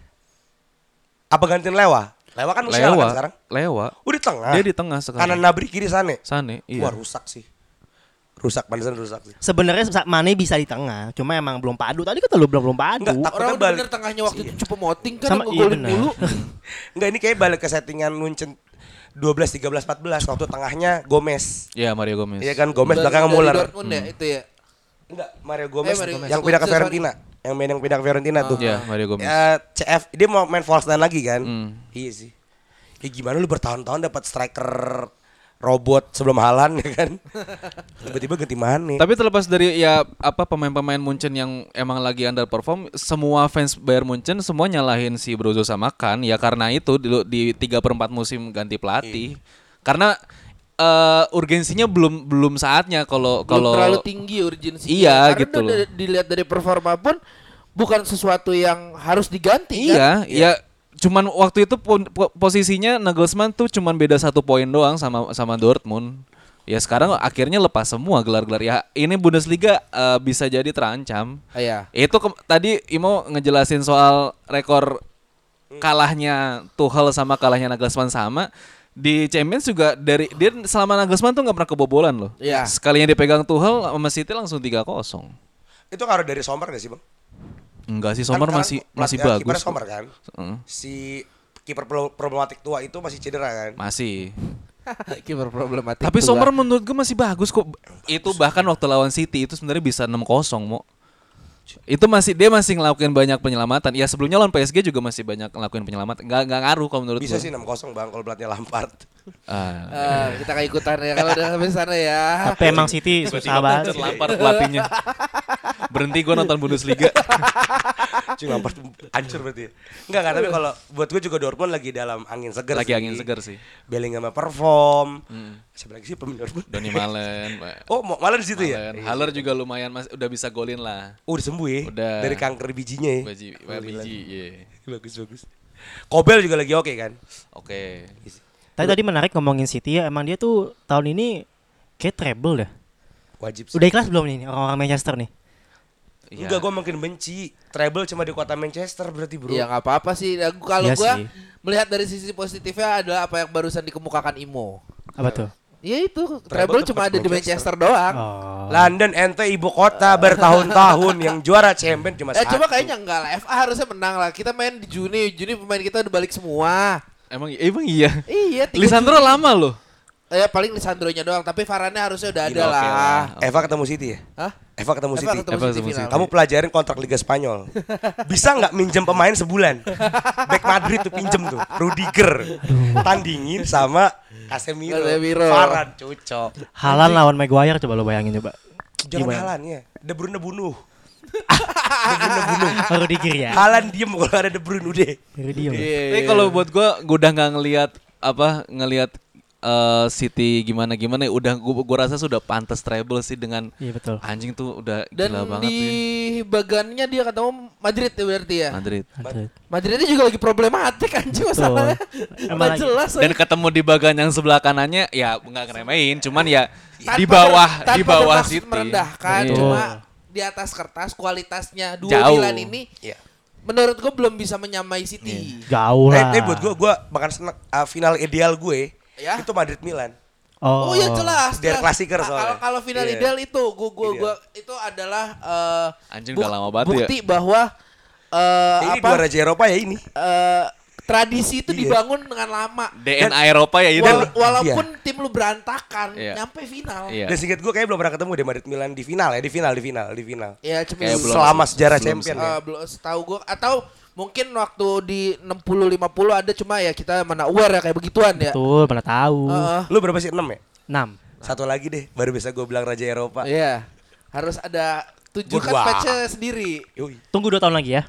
Apa gantiin Lewa? Lewa kan usia kan sekarang. Lewa. Udah di tengah. Dia di tengah sekarang. Kanan Gnabry, kiri Sane. Sane, iya. Wah, rusak sih. Rusak, pantesan rusak sih. Sebenarnya Mane bisa di tengah, cuma emang belum padu. Tadi kata lu belum padu. Enggak, takutnya Orang balik. bener tengahnya waktu itu cukup moting kan Sama- iya ngegolin bener. dulu. Enggak, ini kayak balik ke settingan Munchen 12, 13, 14 waktu tengahnya Gomez. Iya, Mario Gomez. Iya kan, Gomez Dari- belakangnya dari Muller. Dortmund ya itu ya. Enggak, Mario Gomez, Mario Gomez. yang pindah ke Sorry. Fiorentina. Yang pindah ke Fiorentina tuh. Iya, Mario Gomez. Ya, CF, dia mau main false nine lagi kan? Iya sih. Ya gimana lu bertahun-tahun dapat striker robot sebelum Haaland ya kan? Tiba-tiba ganti Mane. Tapi terlepas dari ya apa pemain-pemain Munchen yang emang lagi underperform, semua fans Bayern Munchen semua nyalahin si Brozo sama Kahn ya karena itu di 3/4 musim ganti pelatih. Karena urgensinya belum saatnya kalau Belum terlalu tinggi urgensinya. Iya, Karena gitu loh. dilihat dari performa pun bukan sesuatu yang harus diganti Iya, kan. ya cuman waktu itu posisinya Nagelsmann tuh cuman beda 1 poin doang sama Dortmund. Ya sekarang akhirnya lepas semua gelar-gelar ya. Ini Bundesliga bisa jadi terancam. Iya. Itu tadi Imo ngejelasin soal rekor kalahnya Tuchel sama kalahnya Nagelsmann sama. Di Champions juga dari dia selama Nagelsmann tuh nggak pernah kebobolan loh. Iya. Sekalinya dipegang Tuchel sama City langsung 3-0. Itu ngaruh dari Sommer gak sih, Bang? Enggak sih, Kan Sommer sekarang masih kipernya bagus. Sommer kan? Si kiper problematik tua itu masih cedera kan? Masih. Kiper problematik. Tapi tua. Sommer menurut gue masih bagus kok. Itu bahkan waktu lawan City itu sebenarnya bisa 6-0 mo. Itu dia masih ngelakuin banyak penyelamatan. Ya sebelumnya lawan PSG juga masih banyak ngelakuin penyelamatan. Enggak ngaruh kalau menurut Bisa gue. sih 6-0 Bang kalau pelatnya Lampard. Kita kayak ikutan ya kalau udah sampai sana ya. Tapi emang City susah banget. Lampard pelatihnya. Berhenti gue nonton Bundesliga. Cuma Lampard hancur berarti. Enggak, tapi kalau buat gue juga Dortmund lagi dalam angin segar. Lagi angin segar sih. Bellingham perform. Siapa lagi sih pemain Dortmund? Donny Malen. Oh, malah di situ ya? Malen. Haller juga lumayan udah bisa golin lah. Udah sembuh ya? Udah. Dari kanker bijinya ya? Biji, iya. Bagus. Kobel juga lagi oke kan? Oke. Tadi menarik ngomongin City ya. Emang dia tuh tahun ini kayak treble dah. Wajib sih. Udah ikhlas belum nih orang-orang Manchester nih? Iya. Enggak, gue makin benci. Treble cuma di kota Manchester berarti bro. Iya nggak apa-apa sih. Kalau Iya gua sih. melihat dari sisi positifnya adalah apa yang barusan dikemukakan Imo. Apa tuh? Ya itu treble tetap cuma ada di Manchester. Manchester doang. Oh. London ente ibu kota bertahun-tahun yang juara champion cuma satu. Coba kayaknya enggak lah. FA harusnya menang lah. Kita main di Juni pemain kita udah balik semua. Emang iya. Iya. 3 Lisandro Juni. lama loh. Paling Lisandro-nya doang. Tapi Varane harusnya udah ada Oke lah. lah. Eva ketemu City ya? Hah? Eva ketemu Eva City. ketemu Eva City ketemu final. City. Kamu pelajarin kontrak Liga Spanyol. Bisa nggak minjem pemain sebulan? Back Madrid tuh pinjem tuh. Rudiger. Tandingin sama Casemiro. Varane cocok. Haaland lawan Maguire coba lo bayangin coba. Jangan Gimana? Haaland ya. De Bruyne bunuh. Baru dikir ya. Haaland diem kalau ada De Bruyne udah. Baru diem. Tapi kalau buat gue udah nggak ngelihat City gimana ya udah gue rasa sudah pantas treble sih dengan Iya betul. anjing tuh udah Dan gila banget di sih bagannya dia ketemu Madrid ya berarti ya. Madrid. Madridnya juga lagi problematik anjing masalahnya. Emang Nggak lagi. jelas. Dan ketemu di bagan yang sebelah kanannya ya nggak ngeremehin, cuman ya Tanpa di bawah tanpa bermaksud City. merendahkan, Iya. cuma di atas kertas kualitasnya dua Jauh. Milan ini Iya. menurut gue belum bisa menyamai City. Jauh lah. Tapi buat gue bahkan seneng final ideal gue Ya. itu Madrid Milan. Oh, iya jelas. Der jelas. Klassiker Kalau soalnya. kalau final Iya. ideal itu gua Ideal. itu adalah Anjing udah lama banget ya. bukti bahwa Ini dua Raja Eropa ya ini. tradisi itu Iya. dibangun dengan lama. DNA Eropa ya itu. Walaupun tim lu berantakan, Iya. nyampe final. Iya. Dan singkat gue kayaknya belum pernah ketemu deh Madrid Milan di final ya, di final. Ya, cuma Kayak belum Selama sih. sejarah Belum champion sih. ya. belum setahu gue atau mungkin waktu di 60-50 ada cuma ya kita mana aware ya kayak begituan ya. Betul, mana tahu. Lu berapa sih? 6 ya? 6. Satu lagi deh, baru bisa gue bilang Raja Eropa. Iya. Harus ada 7 kan Wah. patch-nya sendiri. Yoi. Tunggu 2 tahun lagi ya.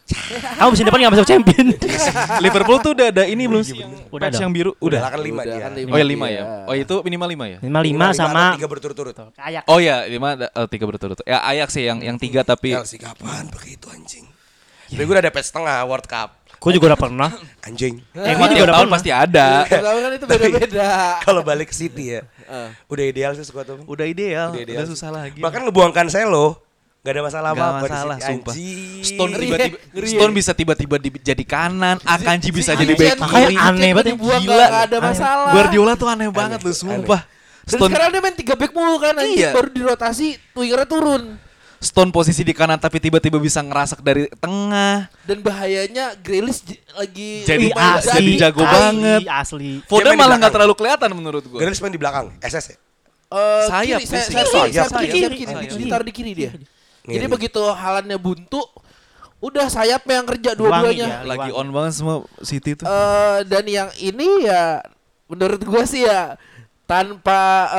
Kamu musim depan gak masuk champion. Liverpool tuh udah ada ini belum sih yang Udah patch ada. yang biru? Udah Udah. lah kan 5 dia. kan Oh ya 5 iya. ya. Oh itu minimal 5 ya. 5 sama 3 berturut-turut. kayak Oh ya 5 3 berturut. Ya Ajax sih yang 3 tapi Chelsea kapan begitu anjing. Tapi gue udah ada patch setengah World Cup. gue juga udah pernah. Anjing. emang juga tiap udah tahun pernah. pasti ada. Tahu kan itu beda-beda. Kalau balik ke City ya. Udah ideal sih squad tuh. Udah ideal, Udah ideal udah sih. susah lagi. Bahkan ngebuangkan Cancelo gak ada masalah Gak apa-apa masalah, di City. sumpah. Anjing. Stone Ngeri tiba-tiba ya, ngeri ya. Stone bisa tiba-tiba jadi kanan, Akanji bisa jadi Zidane back Makanya kiri. aneh banget ya. dibuang, Gila. nggak ada masalah. Guardiola tuh aneh banget loh, sumpah. Dan Stone sekarang dia main 3 back mulu kan anjing, Iya. baru dirotasi twingernya turun. Stone posisi di kanan tapi tiba-tiba bisa ngerasak dari tengah. Dan bahayanya Grealish lagi Jadi lumayan jadi jago banget. Asli. Foden main di malah belakang. nggak terlalu kelihatan menurut gua. Grealish main di belakang. SS ya. Sayap, kiri, basic. sayap Sayap, kiri, sayap, kiri, sayap. ditaruh di kiri dia. Jadi Ngeri. begitu halannya buntu, udah sayapnya yang kerja Wangi dua-duanya. ya. Lagi on banget semua City tuh. Dan yang ini ya menurut gua sih ya tanpa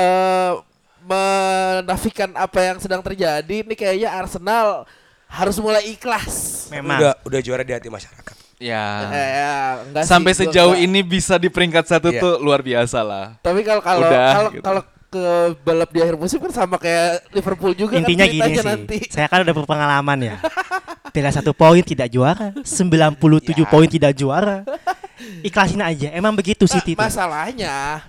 menafikan apa yang sedang terjadi, ini kayaknya Arsenal harus mulai ikhlas. Memang. Udah juara di hati masyarakat. Ya. Ya, enggak sih, Sampai gua sejauh enggak. ini bisa di peringkat 1 Iya. tuh luar biasa lah. Tapi kalau Udah, gitu. kalau ke balap di akhir musim kan sama kayak Liverpool juga Intinya kan gini ceritanya sih. nanti. Saya kan udah berpengalaman ya. Beda 1 poin tidak juara, 97 poin tidak juara. Ikhlasin aja. Emang begitu City tuh. Masalahnya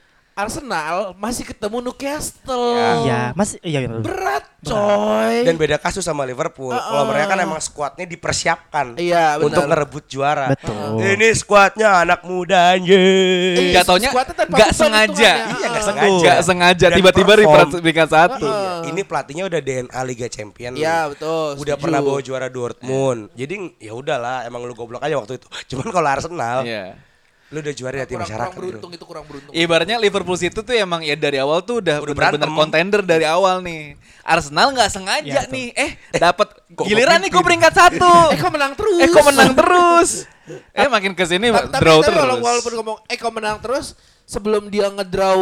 Arsenal masih ketemu Newcastle. Iya, Mas iya. Berat coy. Dan beda kasus sama Liverpool. Kalau mereka kan emang skuadnya dipersiapkan Iya, benar. untuk ngerebut juara. Betul. Ini skuadnya anak muda anjing. Iya, Jatuhnya squadnya tanpa nggak beban sengaja. hitungannya. Iya, nggak Heeh. sengaja. Nggak sengaja Dan tiba-tiba di perform. peringkat 1. Iya, ini pelatihnya udah DNA Liga Champion. Iya, betul. Udah setuju. pernah bawa juara Dortmund. Jadi ya udahlah, emang lu goblok aja waktu itu. Cuman kalau Arsenal, Iya. lu udah juara di hati kurang masyarakat. beruntung bro. itu kurang beruntung. Ibaratnya Liverpool City tuh emang ya dari awal tuh udah benar-benar berantem. kontender dari awal nih. Arsenal nggak sengaja Iya, nih. Dapat kok giliran nih gue peringkat 1. Eko menang terus. Kok menang terus. Makin kesini draw tapi terus. walaupun ngomong Eko menang terus sebelum dia ngedraw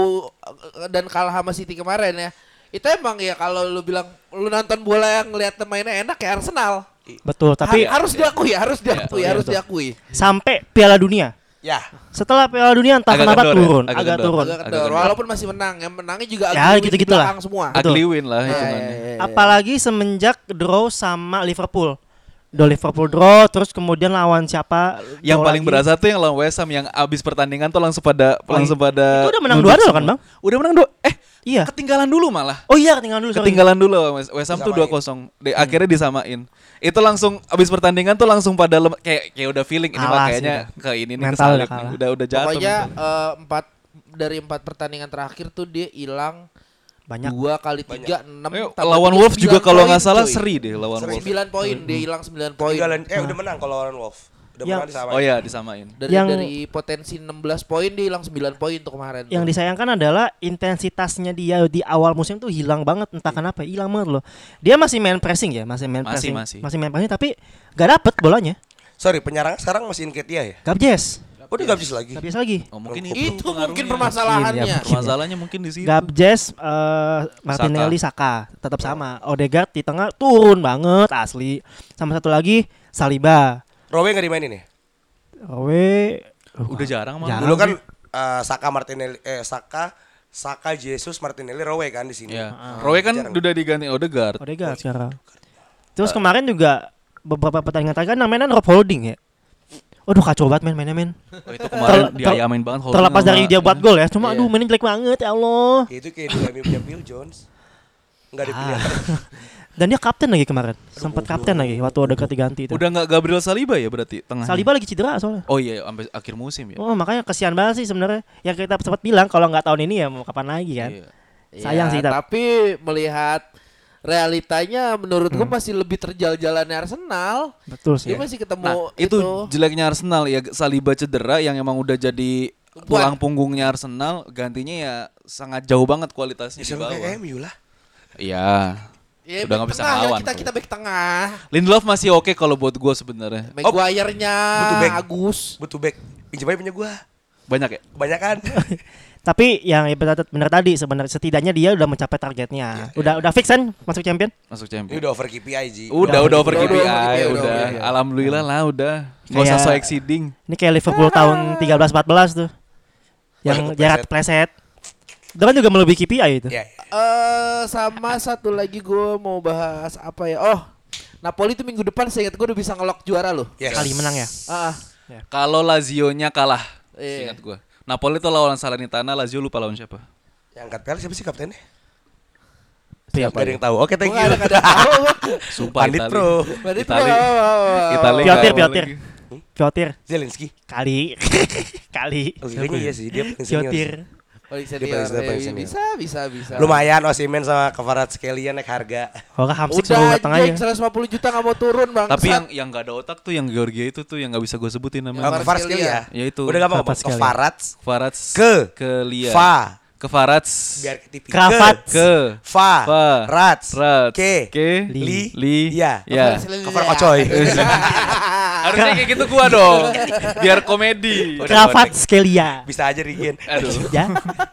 dan kalah sama City kemarin ya. Itu emang ya kalau lu bilang lu nonton bola yang ngelihat mainnya enak ya Arsenal. Betul, tapi Harus diakui, harus diakui, harus betul. diakui. sampai Piala Dunia. Ya, Setelah Piala Dunia entah Agak kenapa kendor ya? turun, Agak agak kendor. turun. Agak kendor, kendor. walaupun masih menang, yang menangnya juga Ya, agak gitu-gitu lah. belakang semua. Ugly win lah Iya, hitungannya. iya, iya. Apalagi semenjak draw sama Liverpool. Liverpool draw, terus kemudian lawan siapa? Yang draw paling lagi. berasa tuh yang lawan West Ham yang abis pertandingan tuh langsung pada Itu udah menang nunduk 2-0 semua. kan, Bang? Udah menang 2. Iya. Ketinggalan dulu malah. Oh iya, ketinggalan dulu. sorry. Ketinggalan dulu West Ham tuh Disamain. 2-0. Akhirnya disamain. Itu langsung abis pertandingan tuh langsung pada kayak udah feeling ini mah Kalah sih kayaknya udah. ke ini nih Mental kesalip udah nih. kalah. Udah jatuh. Pokoknya mental. dari 4 pertandingan terakhir tuh dia hilang Banyak. 2 kali 3 6 Lawan Wolves juga kalau nggak salah seri deh lawan Wolves. 9 poin, dia hilang 9 poin. tinggalan udah menang kalau lawan Wolf. Udah Yang- menang disamain. Oh iya disamain. Dari potensi 16 poin dia hilang 9 poin tuh kemarin. Yang disayangkan adalah intensitasnya dia di awal musim tuh hilang banget, entah kenapa hilang banget loh. Dia masih main pressing ya, masih main Masih, pressing, masih. main pressing tapi gak dapet bolanya. Sorry, penyerang sekarang masih Nketiah ya? Gabjes, Udah gak bisa lagi. gak bisa lagi. Oh, mungkin itu pengaruhnya. mungkin permasalahannya. Iya, Permasalahannya mungkin di situ. Gabjes, Martinelli, Saka tetap sama. Odegaard di tengah turun banget asli. Sama satu lagi Saliba. Rowe gak dimainin ya? Owe Udah jarang malah. Jarang. Dulu kan Saka Martinelli Saka Jesus Martinelli Rowe kan di sini. Ya. Rowe kan Jarang. udah diganti Odegaard. Odegaard sekarang. Terus kemarin juga beberapa pertandingan terakhir kan mainan Rob Holding ya. Waduh kacau banget mainnya men. Oh, itu kemarin Ter- diayamin banget Holding Terlepas sama- dari dia buat gol ya. Cuma Iya. aduh mainnya jelek banget ya Allah. Ya, itu kayak di MU punya Phil Jones. Enggak dipilih. Dan dia kapten lagi kemarin. Sempat kapten lagi waktu Odegaard diganti itu. Udah nggak Gabriel Saliba ya berarti tengahnya. Saliba lagi cedera soalnya. Oh iya sampai akhir musim ya. Oh makanya kesian banget sih sebenarnya. Yang kita sempat bilang kalau nggak tahun ini ya mau kapan lagi kan. Iya. Sayang sih, tapi melihat realitanya menurut gua masih lebih terjal jalannya Arsenal. Betul sih. Dia masih ketemu Nah, itu jeleknya Arsenal ya, Saliba cedera yang emang udah jadi tulang punggungnya Arsenal, gantinya ya sangat jauh banget kualitasnya di Bisa kayak bawah. MU lah. Iya. Ya, Udah back nggak bisa tengah, ya, ngelawan. kita back tengah. Lindelof masih oke kalau buat gue sebenarnya. Maguire-nya butuh back. Agus. Butuh back. Pinjam aja punya gua. Banyak ya? Kebanyakan. Tapi yang benar tadi sebenarnya setidaknya dia udah mencapai targetnya. Udah fix kan masuk champion? Masuk Ini champion. udah over KPI Ji. Udah over Udah KPI, over KPI, udah. udah. Alhamdulillah lah udah. Gak usah Kayak- so exceeding. Ini kayak Liverpool tahun 13-14 tuh. Yang Wah, Gerrard pleset. Itu kan juga melebihi KPI itu. Ya. Sama satu lagi gue mau bahas apa ya? Oh, Napoli itu minggu depan saya ingat gue udah bisa ngelok juara loh. Yes. Kali menang ya. Ah, Kalau Lazio-nya kalah, Iya. ingat gua. Napoli tuh lawan Salernitana, Lazio lupa lawan siapa. Yang angkat piala siapa sih kaptennya? Siapa Gak ada yang tahu. Oke, thank Gua you. nggak ada tahu. Sumpah Pandit Itali. Pro. Berarti Itali. Itali Piotir, nggak mau Piotir. lagi. Piotir Zelensky. kali. Kali. Oh, kayaknya iya sih dia paling senior Piotir. sih. Paling Dia senior. paling senior. Bisa. Lumayan Osimhen sama Kvaratskhelia naik harga. Oh, Hamsik suruh Udah datang anjing aja. 150 juta gak mau turun bang. Tapi yang nggak ada otak tuh yang Georgia itu tuh yang nggak bisa gue sebutin namanya. Kvaratskhelia. Ya itu. Udah gampang ngomong. Kvaratskhelia. Kvarats Kvarats Ke Lia. Fa Ke Farats. biar ke TV. Kravats. Ke Fa Rats Rats. Ke Li. Ya. Ya. Cover Ocoy. Harusnya kayak gitu gua dong. Biar komedi. Kvaratskhelia. Bisa aja Rigen. Aduh. Ya.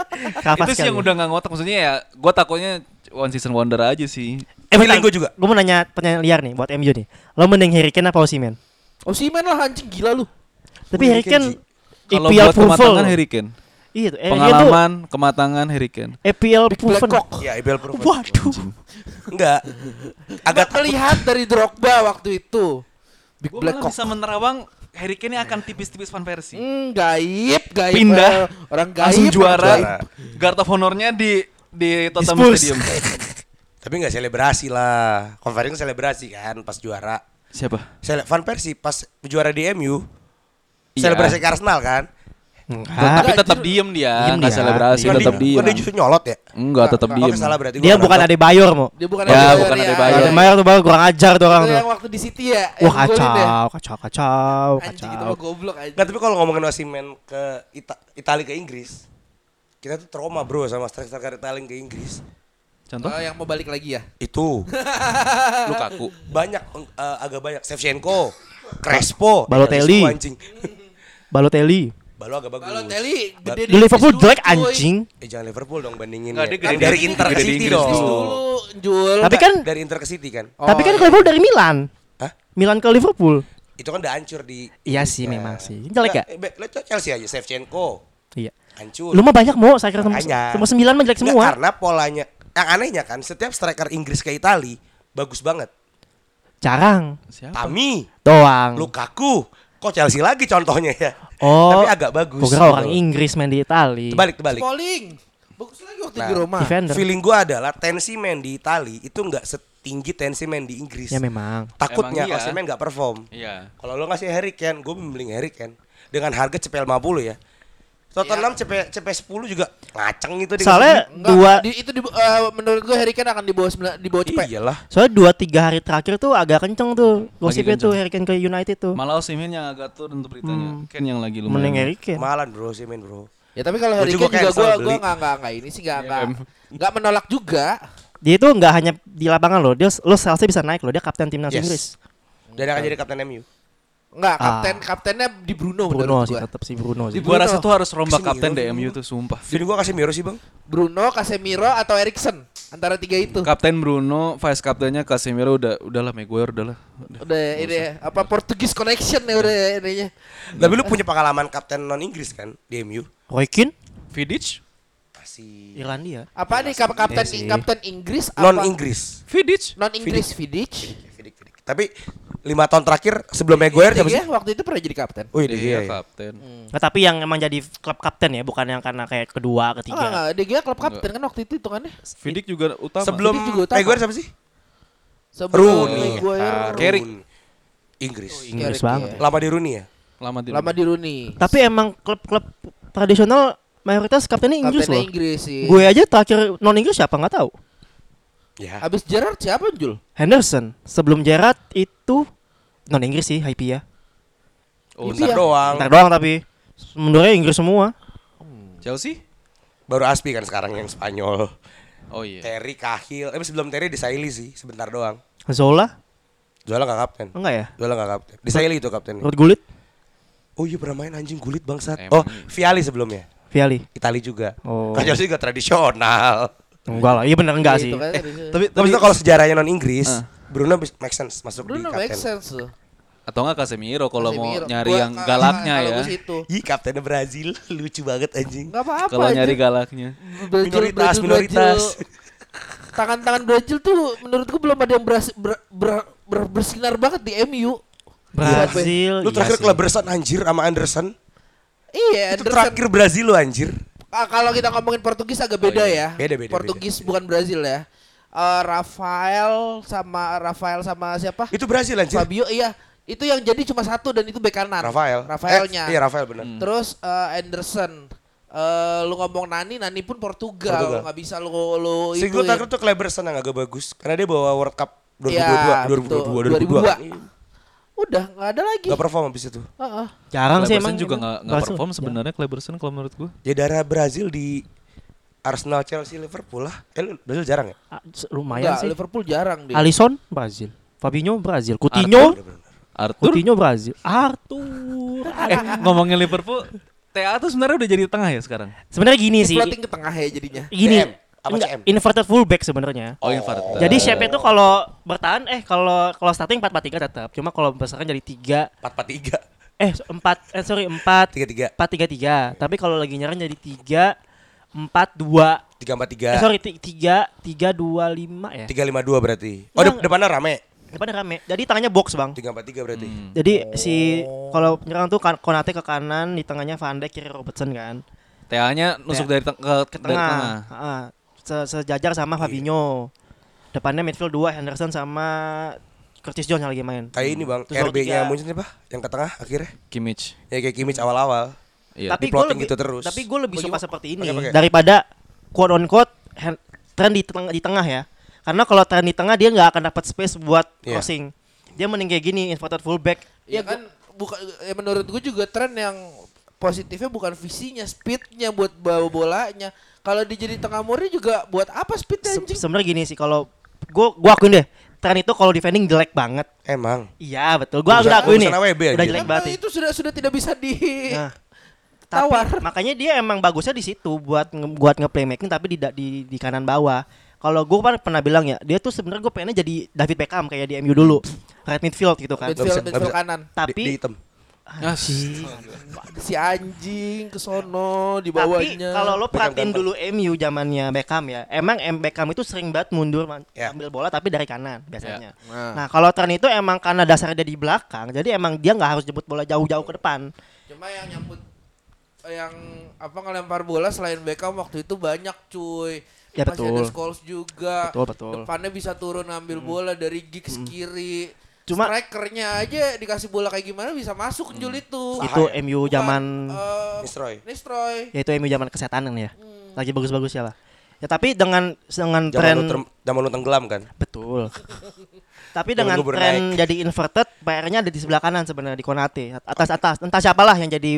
Itu sih yang udah nggak ngotak, maksudnya ya gue takutnya one season wonder aja sih. Feeling gue juga. Gue mau nanya pertanyaan liar nih buat MU nih. Lo mending Harry Kane apa Osimhen? Osimhen lah anjing gila lu. Tapi Harry Kane Kalau EPL buat kematangan proven. Harry Kane, Iya tuh. pengalaman, kematangan Harry Kane. EPL Big proven. Black Cock. Ya, IBL Pro. Waduh. Enggak. Agak Agak terlihat dari Drogba waktu itu. Big Gue Black malah Cock. bisa menerawang Harry Kane akan tipis-tipis Van Persie. Gaib. Pindah. Orang gaib. Langsung juara. juara. Guard of honornya di Tottenham Spurs. Stadium. Tapi enggak selebrasi lah. Conference selebrasi kan pas juara. Siapa? Van Persie pas juara di MU. Iya. Selebrasi ke Arsenal kan? Tapi tetap diem dia, Diem nggak dia. selebrasi, Diem tetap dia. diem. Kok dia justru nyolot ya? Enggak, tetap Oke, diem. salah berarti. Dia bukan ada Bayor mo. Dia bukan Ya, Adebayor bukan ya. Adebayor. Ada Bayor tuh baru kurang ajar tuh orang Itu tuh. yang waktu di City ya. Wah yang golin ya. kacau. Anjing itu mah goblok anjing. Nggak, tapi kalau ngomongin Osimhen ke Italia ke Inggris, kita tuh trauma bro sama striker Italia ke Inggris. Contoh? Yang mau balik lagi ya. Itu Lukaku. banyak, agak banyak. Shevchenko, Crespo, Balotelli. semua anjing. Balotelli. Balo agak bagus. Balotelli gede Di Liverpool jelek anjing. Jangan Liverpool dong bandingin. Nggak, dia Kan gede dari di- Inter ke gede di City Inggris dong. dulu. Dulu Jul. Tapi kan Dari Inter ke City kan. tapi kan Liverpool dari Milan. Hah? Milan ke Liverpool. Itu kan udah hancur di. Iya sih memang sih. Jelek ya? Lo Chelsea aja, Shevchenko. Iya. Hancur. Lu mah banyak mau striker Makanya. semua 9 mah jelek Nggak, semua. karena polanya. Yang anehnya kan, setiap striker Inggris ke Itali bagus banget. Jarang. Siapa? Tami, Doang. Lukaku. Kok Chelsea lagi contohnya ya? Oh. Tapi agak bagus. Gua kira orang Inggris main di Itali. Terbalik. Smalling. Bagus lagi waktu Nah, di Roma. Defender. Feeling gua adalah tensi main di Itali itu nggak setinggi tensi main di Inggris. Ya memang. Takutnya Emang iya. Osimhen nggak perform. Iya. Kalau lo ngasih Harry Kane, gue membeli Harry Kane dengan harga CP 50 ya. Tottenham CP 10 juga ngaceng itu dikasih Soalnya Enggak, dua itu menurut gue Harry Kane akan di bawah duit. cepet. Iyalah. soalnya 2-3 hari terakhir tuh agak kenceng tuh gosipnya kenceng. tuh Harry Kane ke United tuh. Malah Osimhen yang agak turun untuk beritanya. Ken yang lagi lumayan. Mending Harry Kane. Kemahalan bro, Osimhen bro. Ya tapi kalau Gua Harry juga Kane juga cancel gue beli. nggak ini sih nggak menolak juga. Dia itu nggak hanya di lapangan loh, dia lo salesnya bisa naik loh, dia kapten timnas Yes. Inggris. Dan akan jadi kapten MU. Nggak, Ah. kaptennya di Bruno Bruno menurut sih gue. tetap sih Bruno sih. Gua rasa tuh harus rombak Casemiro. kapten DMU tuh sumpah. Jadi gue kasih Miro sih bang. Bruno, Casemiro atau Erikson antara tiga itu. Kapten Bruno, vice kaptennya Casemiro udahlah Maguire udahlah. Udah ini ya, apa Portugis connection ya udah ininya. Tapi lu punya pengalaman kapten non Inggris kan di MU? Roy Keane Vidic? Masih Irlandia. Apa nih kapten Inggris apa? non Inggris. Vidic? Non Inggris Vidic. Fidik. Tapi 5 tahun terakhir sebelum Maguire siapa sih? Dia waktu itu pernah jadi kapten. Oh Dia iya. kapten. Nah, tapi yang emang jadi klub kapten ya, bukan yang karena kayak kedua, ketiga. Enggak, dia klub kapten kan waktu itu hitungannya. Vidic juga utama. Sebelum Fidik juga utama. Maguire siapa sih? Sebelum Rooney. Maguire, Carrick. Inggris. Inggris Carrick, banget. ya. Lama di Rooney ya? Lama di Rooney. Tapi emang klub-klub tradisional mayoritas kaptennya Inggris Kaptennya loh. Inggris sih. Gue aja terakhir non Inggris siapa nggak tahu. Ya. Abis Gerrard siapa Jul? Henderson. Sebelum Gerrard itu non Inggris sih, Hypia. Oh, Bentar Iya. doang. Ntar doang tapi menurutnya Inggris semua. Chelsea? Baru Aspi kan sekarang yang Spanyol. Oh iya. Terry Cahill. Sebelum Terry Desailly sih, sebentar doang. Zola Zola gak kapten. enggak ya? Zola gak kapten. Desailly itu kaptennya. Ruud Gullit. Oh iya pernah main anjing Gullit bangsat. Emang Oh, iya. Viali sebelumnya. Viali. Itali juga. Oh. Kan Chelsea juga tradisional. Enggak lah, iya bener enggak sih. Gitu kan. Tapi Tapi kalau sejarahnya non Inggris, Bruno make sense masuk Bruno di make kapten. sense tuh. atau enggak Casemiro kalau mau Casemiro. nyari Gua- yang galaknya kalau ya. gua situ. Ih, kaptennya Brazil lucu banget anjing. Enggak apa-apa. Kalau nyari anjir. galaknya. Minoritas. Tangan-tangan Brazil tuh menurutku belum ada yang bersinar banget di MU. Brazil. Lu terakhir iya sih. Kleberson anjir sama Anderson. Iya, Itu Anderson. terakhir Brazil lu anjir. Kalau kita ngomongin Portugis agak beda ya. Beda. Portugis bukan Brazil ya. Rafael sama siapa? Itu Brazil anjir. Fabio, iya. Itu yang jadi cuma satu dan itu bek kanan. Rafaelnya. Iya Rafael benar. Terus Anderson. Lu ngomong Nani pun Portugal. Nggak bisa lu Si itu. gue terakhir tuh Kleberson yang agak bagus karena dia bawa World Cup Iya, 2022. Udah nggak ada lagi. Gak perform habis itu. Heeh. Jarang sih Kleberson emang. juga nggak Brazil. perform sebenarnya Kleberson kalau menurut gua. Ya darah Brazil di Arsenal, Chelsea, Liverpool lah. Brazil jarang ya? Lumayan Nggak, sih. Liverpool jarang dia. Alisson Brazil. Fabinho Brazil. Coutinho Arthur. Brazil. Arthur. Ngomongin Liverpool, TA tuh sebenarnya udah jadi tengah ya sekarang. Sebenarnya gini sih. Floating ke tengah ya jadinya. Gini. CM. Apa Enggak, CM? inverted fullback sebenarnya. Oh, inverted. Jadi shape itu kalau bertahan kalau starting 4-4-3 tetap. Cuma kalau besarkan jadi 4-4-3. 4-3-3. 3-3. Tapi kalau lagi nyerang jadi 3-4-2. 3-4-3. 3-2-5 ya. 3-5-2 berarti. Oh, Enggak. depannya rame. Depannya rame. Jadi tangannya box, Bang. 3-4-3 berarti. Jadi si kalau nyerang tuh Konate ke kanan, di tengahnya Van Dijk, kiri Robertson kan. TA-nya nusuk Ya. dari Ke tengah. Heeh. Sejajar sama Fabinho. Depannya midfield 2 Henderson sama Curtis Jones yang lagi main. Kayak ini Bang, Terus nomor RB-nya tiga. Munchen apa? Yang ke tengah akhirnya. Kimmich. Ya kayak Kimmich awal-awal. Iya. Tapi gue plotting lebih gitu terus. Tapi gue lebih suka seperti ini Pakai. daripada quote on quote tren di tengah ya. Karena kalau tren di tengah dia nggak akan dapat space buat Iya. crossing. Dia mending kayak gini inverted fullback. Ya kan bukan ya menurut gue juga tren yang positifnya bukan visinya, speednya buat bawa bolanya. Kalau dia jadi tengah murni juga buat apa speednya anjing? Sebenarnya gini sih kalau gue akuin deh tren itu kalau defending jelek banget. Emang. Iya betul. Gue Urusan- udah akuin nih. urusan AWB Udah aja. jelek banget. nih. Itu sudah tidak bisa di Nah, tawar. tapi makanya dia emang bagusnya di situ buat nge-playmaking tapi di kanan bawah. Kalau gue pernah bilang ya, dia tuh sebenarnya gue pengennya jadi David Beckham kayak di MU dulu. Right midfield gitu kan. Midfield nggak bisa. kanan. Tapi Di hitam. anjing. Si anjing ke sono di Tapi bawahnya. kalau lo perhatiin Beckham dulu MU zamannya Beckham ya, emang Beckham itu sering banget mundur Ya. ambil bola tapi dari kanan biasanya. Nah. Nah kalau tren itu emang karena dasarnya dia di belakang, jadi emang dia nggak harus jemput bola jauh-jauh ke depan. Cuma yang nyambut yang apa ngelempar bola selain Beckham waktu itu banyak cuy. Ya, Masih betul. ada Scholes juga. Betul. Depannya bisa turun ngambil bola dari Giggs kiri. Cuma- strikernya aja dikasih bola kayak gimana bisa masuk Jul itu. Itu ya? MU Bukan, zaman Nistroy. Nistroy. ya itu MU zaman kesetanan ya. Lagi bagus-bagus ya lah. Ya tapi dengan tren Zaman lu tenggelam kan. betul. Tapi Zaman dengan gua tren bernaik. jadi inverted, PR-nya ada di sebelah kanan sebenarnya di Konate. Atas entah siapalah yang jadi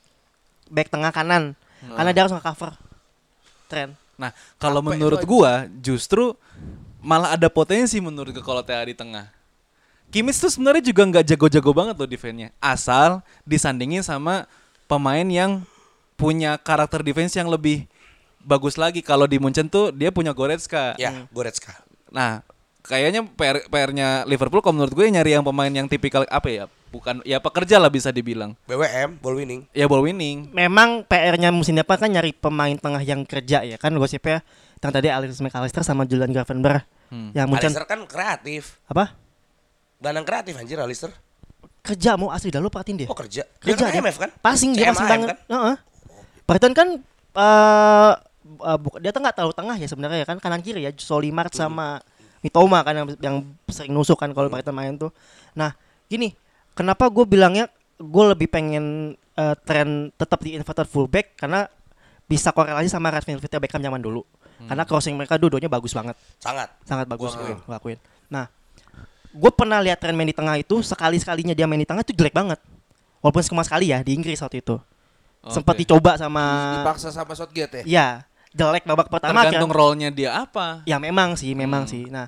back tengah kanan. Karena dia harus nge-cover tren. Nah, kalau Capek menurut itu gua justru malah ada potensi menurut gua kalau TA di tengah. Kimmich tuh sebenarnya juga nggak jago-jago banget loh defense-nya. Asal disandingin sama pemain yang punya karakter defense yang lebih bagus lagi. Kalau di Munchen tuh dia punya Goretzka. Ya, Goretzka. Nah, kayaknya PR-nya Liverpool kalau menurut gue nyari yang pemain yang tipikal apa ya? Bukan ya pekerja lah bisa dibilang. BWM, ball winning. Ya ball winning. Memang PR-nya musim depan kan nyari pemain tengah yang kerja ya kan gosipnya yang tadi Alexis McAllister sama Julian Gravenberch yang Munchen Alistair kan kreatif. apa Gelandang kreatif anjir Alistair. kerja mau asli dah lo perhatiin dia Oh kerja. kerja Dia kan MF kan? passing dia CMAM passing banget kan? heeh. Perhatian kan dia tuh nggak terlalu tengah ya sebenarnya ya kan kanan kiri ya Solimart sama Mitoma kan yang sering nusuk kan kalau Brighton main tuh. Nah gini kenapa gue bilangnya gue lebih pengen tren tetap di inverted fullback karena bisa korelasi sama right midfielder Beckham zaman dulu. Karena crossing mereka dua-duanya bagus banget, sangat bagus gue akuin. Nah gue pernah lihat tren main di tengah itu sekalinya dia main di tengah itu jelek banget. Walaupun cuma sekali ya di Inggris waktu itu. Sempat Oke. dicoba sama Dipaksa sama Southgate ya. ya jelek babak pertama Tergantung role-nya dia apa. ya memang sih nah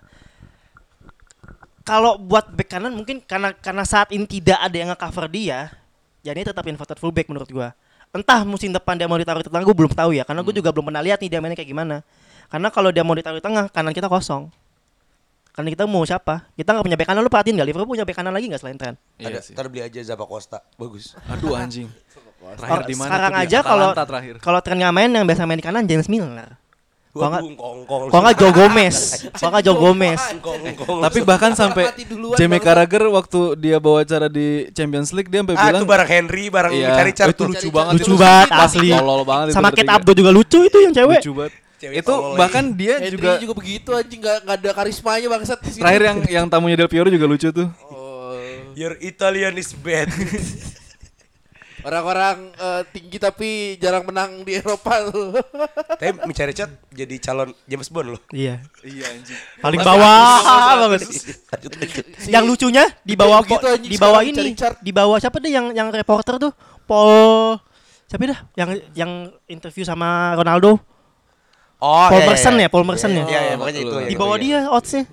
kalau buat back kanan mungkin karena saat ini tidak ada yang nge-cover dia jadi tetap inverted fullback menurut gua Entah musim depan dia mau ditaruh di tengah, gue belum tahu ya, karena gue juga belum pernah lihat nih dia mainnya kayak gimana. Karena kalau dia mau ditaruh di tengah, kanan kita kosong. Karena kita mau siapa? Kita nggak punya bek kanan, lu perhatiin nggak? Liverpool punya bek kanan lagi nggak selain Trent? Iya Ada, sih. ntar beli aja Zappacosta, bagus. Aduh anjing. Terakhir di mana? Sekarang tuh dia? aja kalau Atalanta terakhir. kalau Trent nggak main, yang biasa main di kanan James Milner. Kalau nggak, Kongkong. kalau nggak Joe Gomez, kalau nggak Joe Gomez. Kongkong. Tapi bahkan sampai mati duluan, Jamie bangsa. Carragher waktu dia bawa acara di Champions League dia sampai Ah, bilang itu bareng Henry, bareng iya, Richard itu lucu banget. Lucu itu. banget, Pasti asli. Tolol banget itu Sama Kate bertiga. Abdo juga lucu itu yang cewek. Lucu banget. Cewek Itu tolol bahkan dia Henry juga juga begitu anjing, nggak ada karismanya bangsat di sini. terakhir yang tamunya Del Piero juga lucu tuh. Oh. Your Italian is bad. Orang-orang tinggi tapi jarang menang di Eropa tuh. Tapi Michael Richard jadi calon James Bond loh. Iya. Iya anjing. Paling bawah banget. Lanjut. Yang lucunya di bawah begitu anjing di bawah sekarang ini, Richard. di bawah siapa deh yang reporter tuh? Paul siapa dah? Yang interview sama Ronaldo. Oh, Paul Merson ya, Paul Merson ya. Iya, makanya itu. Di bawah dia oddsnya.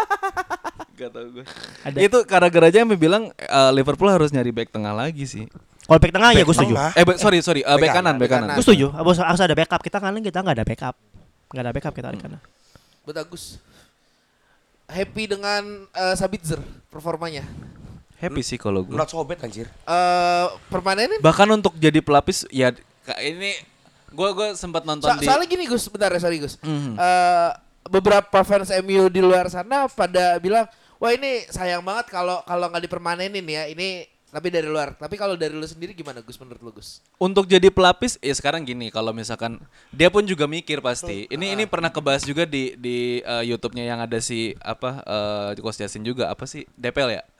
Gak tau gue. Ada. Itu Carragher aja sampai bilang Liverpool harus nyari back tengah lagi sih. Kalau back tengah ya gue setuju. tengah. Sorry, back kanan, back kanan. Gue setuju. Harus ada backup. Kita kanan kita nggak ada backup. Nggak ada backup kita di kanan. Bagus. Happy dengan Sabitzer performanya. Happy sih kalau gue. Not so bad anjir. Permanenin. Bahkan untuk jadi pelapis ya ini gue sempat nonton di Soalnya gini Gus, bentar ya, sorry Gus. Mhm. Beberapa fans MU di luar sana pada bilang, wah ini sayang banget kalau nggak dipermanenin ya. Ini tapi dari luar. Tapi kalau dari lu sendiri gimana Gus, menurut lu Gus? untuk jadi pelapis ya sekarang gini kalau misalkan dia pun juga mikir pasti. Ini pernah kebahas juga di YouTube-nya yang ada si Coach Justin juga apa sih? DPL ya?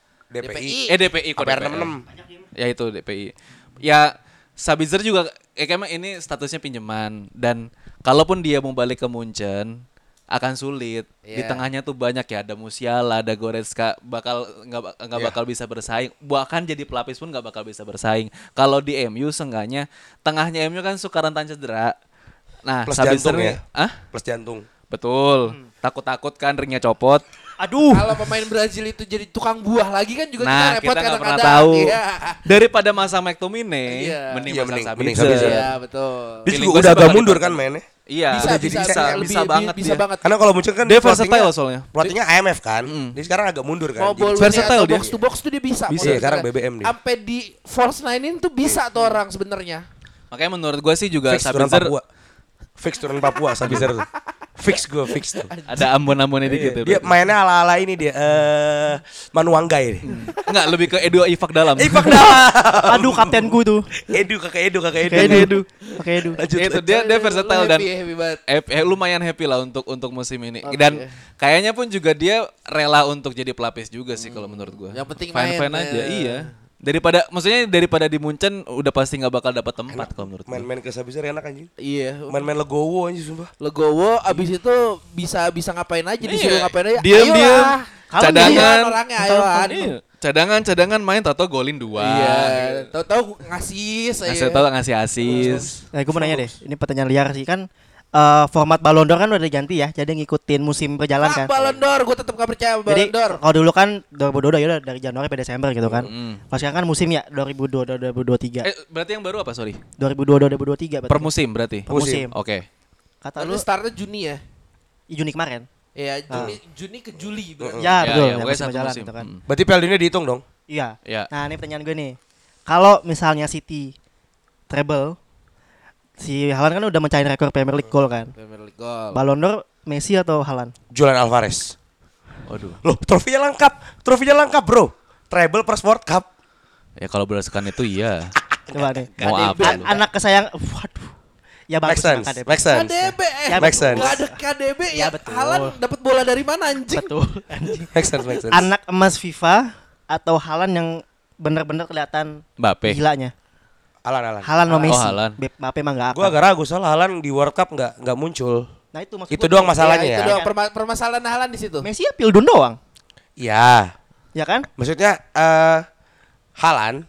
DPI. DPI kok KPR DPL. 66. Ya itu DPI. Ya Sabitzer juga emang ini statusnya pinjaman dan kalaupun dia mau balik ke Munchen akan sulit. Di Iya. tengahnya tuh banyak ya, ada Musiala, ada Goretzka, nggak bakal bisa bersaing. Bahkan jadi pelapis pun nggak bakal bisa bersaing. Kalau di MU seenggaknya tengahnya MU kan Sukarantan cedera. Nah, Plus Sabitzer jantung nih, ya? Plus jantung. betul. Takut-takut kan ringnya copot. Aduh. Kalau pemain Brazil itu jadi tukang buah lagi kan juga Nah, kita repot kita nggak pernah kadang-kadang. tahu. Iya. Daripada masang McTominay, Iya. mending Iya, masang mending Sabitzer. Sabitzer. Iya, betul. Dia Feeling juga gue udah sih agak bakal mundur dipakai. kan mainnya. Iya, Bisa banget bisa dia. banget. Karena kalau muncul kan Dia pelatihnya- versatile soalnya. Pelatihnya IMF kan. Dia sekarang agak mundur kan. Mau ball Jadi- versatile atau dia. box to box tuh dia bisa. Bisa, Mau sekarang dia. BBM dia. Sampai di false nine-in tuh bisa tuh orang sebenarnya. Makanya menurut gue sih juga Fix turun Sabitzer Papua. Fix turun Papua Sabitzer tuh. Fix tuh. ada ambon-ambonnya dikit ya. Dia mainnya ala-ala ini dia Manuanggai. Enggak, lebih ke Edo Ifak dalam. Ifak dah. Aduh kapten gue tuh. Kakak Edu. Pakai Edu. Pakai Edu. Itu dia versatile dan happy banget. lumayan happy lah untuk musim ini. Dan kayaknya pun juga dia rela untuk jadi pelapis juga sih kalau menurut gue. Yang penting Fine-fine main, aja, ya. iya. Daripada di Munchen udah pasti nggak bakal dapat tempat kalau menurut gue. Main-main ke Sabitzer enak anjing. Iya. Main-main legowo anjing sumpah. Legowo abis itu bisa ngapain aja, disuruh Iya. ngapain aja. Diam-diam. Ayolah. Cadangan. Ayolah orangnya ayoan. Iya. Cadangan main tato golin 2. Iya. Tahu-tahu ngasih saya. Ngasih tahu ngasih asis. Nah, gue mau nanya deh. Ini pertanyaan liar sih kan. Format Ballon d'Or kan udah diganti ya. Jadi ngikutin musim berjalan kan. Ballon d'Or, gue tetap gak percaya sama Jadi Ballon d'Or. kalau dulu kan 2022 ya udah dari Januari sampai Desember gitu kan. Mm. Kalau sekarang kan musim ya 2022-2023. Berarti yang baru apa, sorry? 2022-2023 Per musim berarti. Per musim. Oke. Kata Lalu lu startnya Juni ya. Juni kemarin. Iya, Juni ke Juli berarti. Ya, betul. ya, yang pokoknya musim satu berjalan musim. gitu kan. Mm. Berarti Piala Dunia dihitung dong. Iya. Iya. Nah, ini pertanyaan gue nih. Kalau misalnya City treble, si Haaland kan udah mencapai rekor Premier League goal kan. Premier League goal. Ballon d'Or Messi atau Haaland? Julian Alvarez. Waduh. Loh, trofinya lengkap, bro. Treble plus World Cup. Ya kalau berdasarkan itu iya. Coba nih. Mau apa lu? Anak kesayang. Waduh. Ya Make bagus sense. KDB. Make sense. KDB Ya, Make sense. Gak ada KDB ya, Ya, betul. Haaland dapat bola dari mana anjing? Betul. Make sense. Anak emas FIFA atau Haaland yang benar-benar kelihatan Mbappe. gilanya. Alan. Haaland sama Oh, Messi. Haaland. Mbappe mah enggak Gua apa. agak ragu soal Haaland di World Cup nggak muncul. Nah itu maksud Itu gua. doang masalahnya Itu ya. doang permasalahan Haaland di situ. Messi ya Pildun doang. Iya. Ya kan? Maksudnya Haaland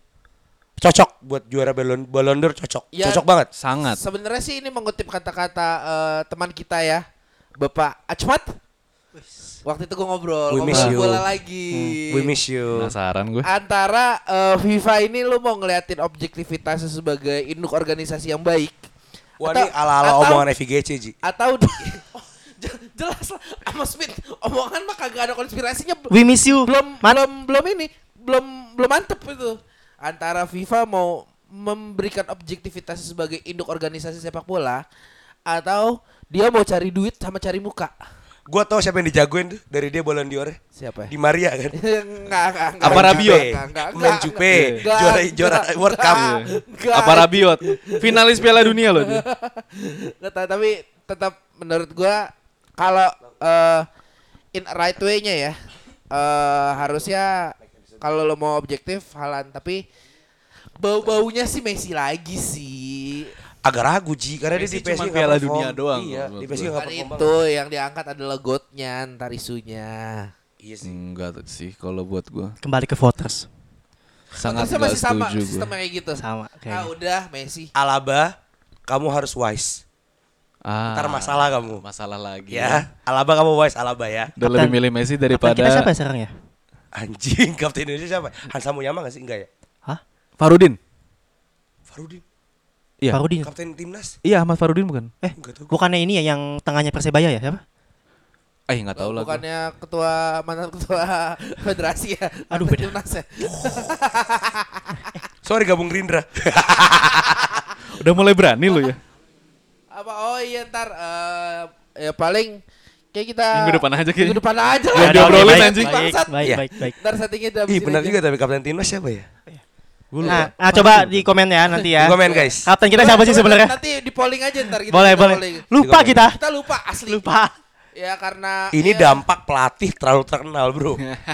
cocok buat juara Ballon d'Or cocok. Ya, Cocok banget. Sangat. Sebenarnya sih ini mengutip kata-kata teman kita ya, Bapak Achmat. Waktu itu gue ngobrol We miss you. bola lagi. We miss you. Penasaran gue. Antara FIFA ini lu mau ngeliatin objektivitasnya sebagai induk organisasi yang baik. Wah, Atau- ini ala-ala atau- omongan FIGC, Ji. Atau jelas lah sama Smith omongan mah kagak ada konspirasinya. We miss you. Belum mantep itu. Antara FIFA mau memberikan objektivitas sebagai induk organisasi sepak bola atau dia mau cari duit sama cari muka. Gua tau siapa yang dijagoin tuh dari dia Ballon d'Or. Siapa ya? Di Maria kan. Enggak. Apa Rabiot? Pemain Jupe. Juara World Cup. Apa Rabiot? Finalis Piala Dunia loh dia. Tapi tetap menurut gua kalau in a right way-nya ya harusnya kalau lo mau objektif Haaland, tapi bau-baunya sih Messi lagi sih. Agak ragu, Ji, karena Messi dia di PSG cuma nggak Piala perform. Dunia doang, Iya, menurut di PSG gua. nggak Kan perform itu banget. yang diangkat adalah GOAT-nya ntar isunya. Iya sih. Enggak sih kalau buat gue. Kembali ke voters. Sangat Terusnya enggak masih sama setuju gue. sistem kayak gitu. Sama Ah kayaknya. udah Messi. Alaba, kamu harus wise. Ntar masalah kamu. Masalah lagi. Ya, Alaba kamu wise, Alaba ya. Udah lebih milih Messi Kapten daripada kita siapa ya sekarang ya? Anjing, kapten Indonesia siapa? Hansa Muyama gak sih? Enggak ya? Hah? Farudin. Farudin, Iya. Farudin. kapten timnas. Iya, Ahmad Farudin bukan? Enggak tahu. Bukannya ini ya yang tengahnya Persebaya ya siapa? Enggak tahu lah. gua. Bukannya mantan ketua federasi ya. Aduh, Mantan beda. timnas ya. Sorry gabung Gerindra. Udah mulai berani lo ya. Apa oh iya ntar ya paling kayak kita Minggu depan aja kayaknya. Minggu depan aja Belum lah. diobrolin, Baik, anjing. bangsat. Baik, Iya. baik. Ntar settingnya udah Ih, habisin benar aja. juga tapi kapten timnas siapa ya? Nah, coba di komen ya nanti ya. Di komen, guys. Kapten kita siapa sih sebenarnya? Nanti di polling aja ntar kita. Boleh, kita boleh. polling. Lupa kita. Kita lupa asli. Lupa. Ya karena Ini ya, dampak pelatih terlalu terkenal, Bro.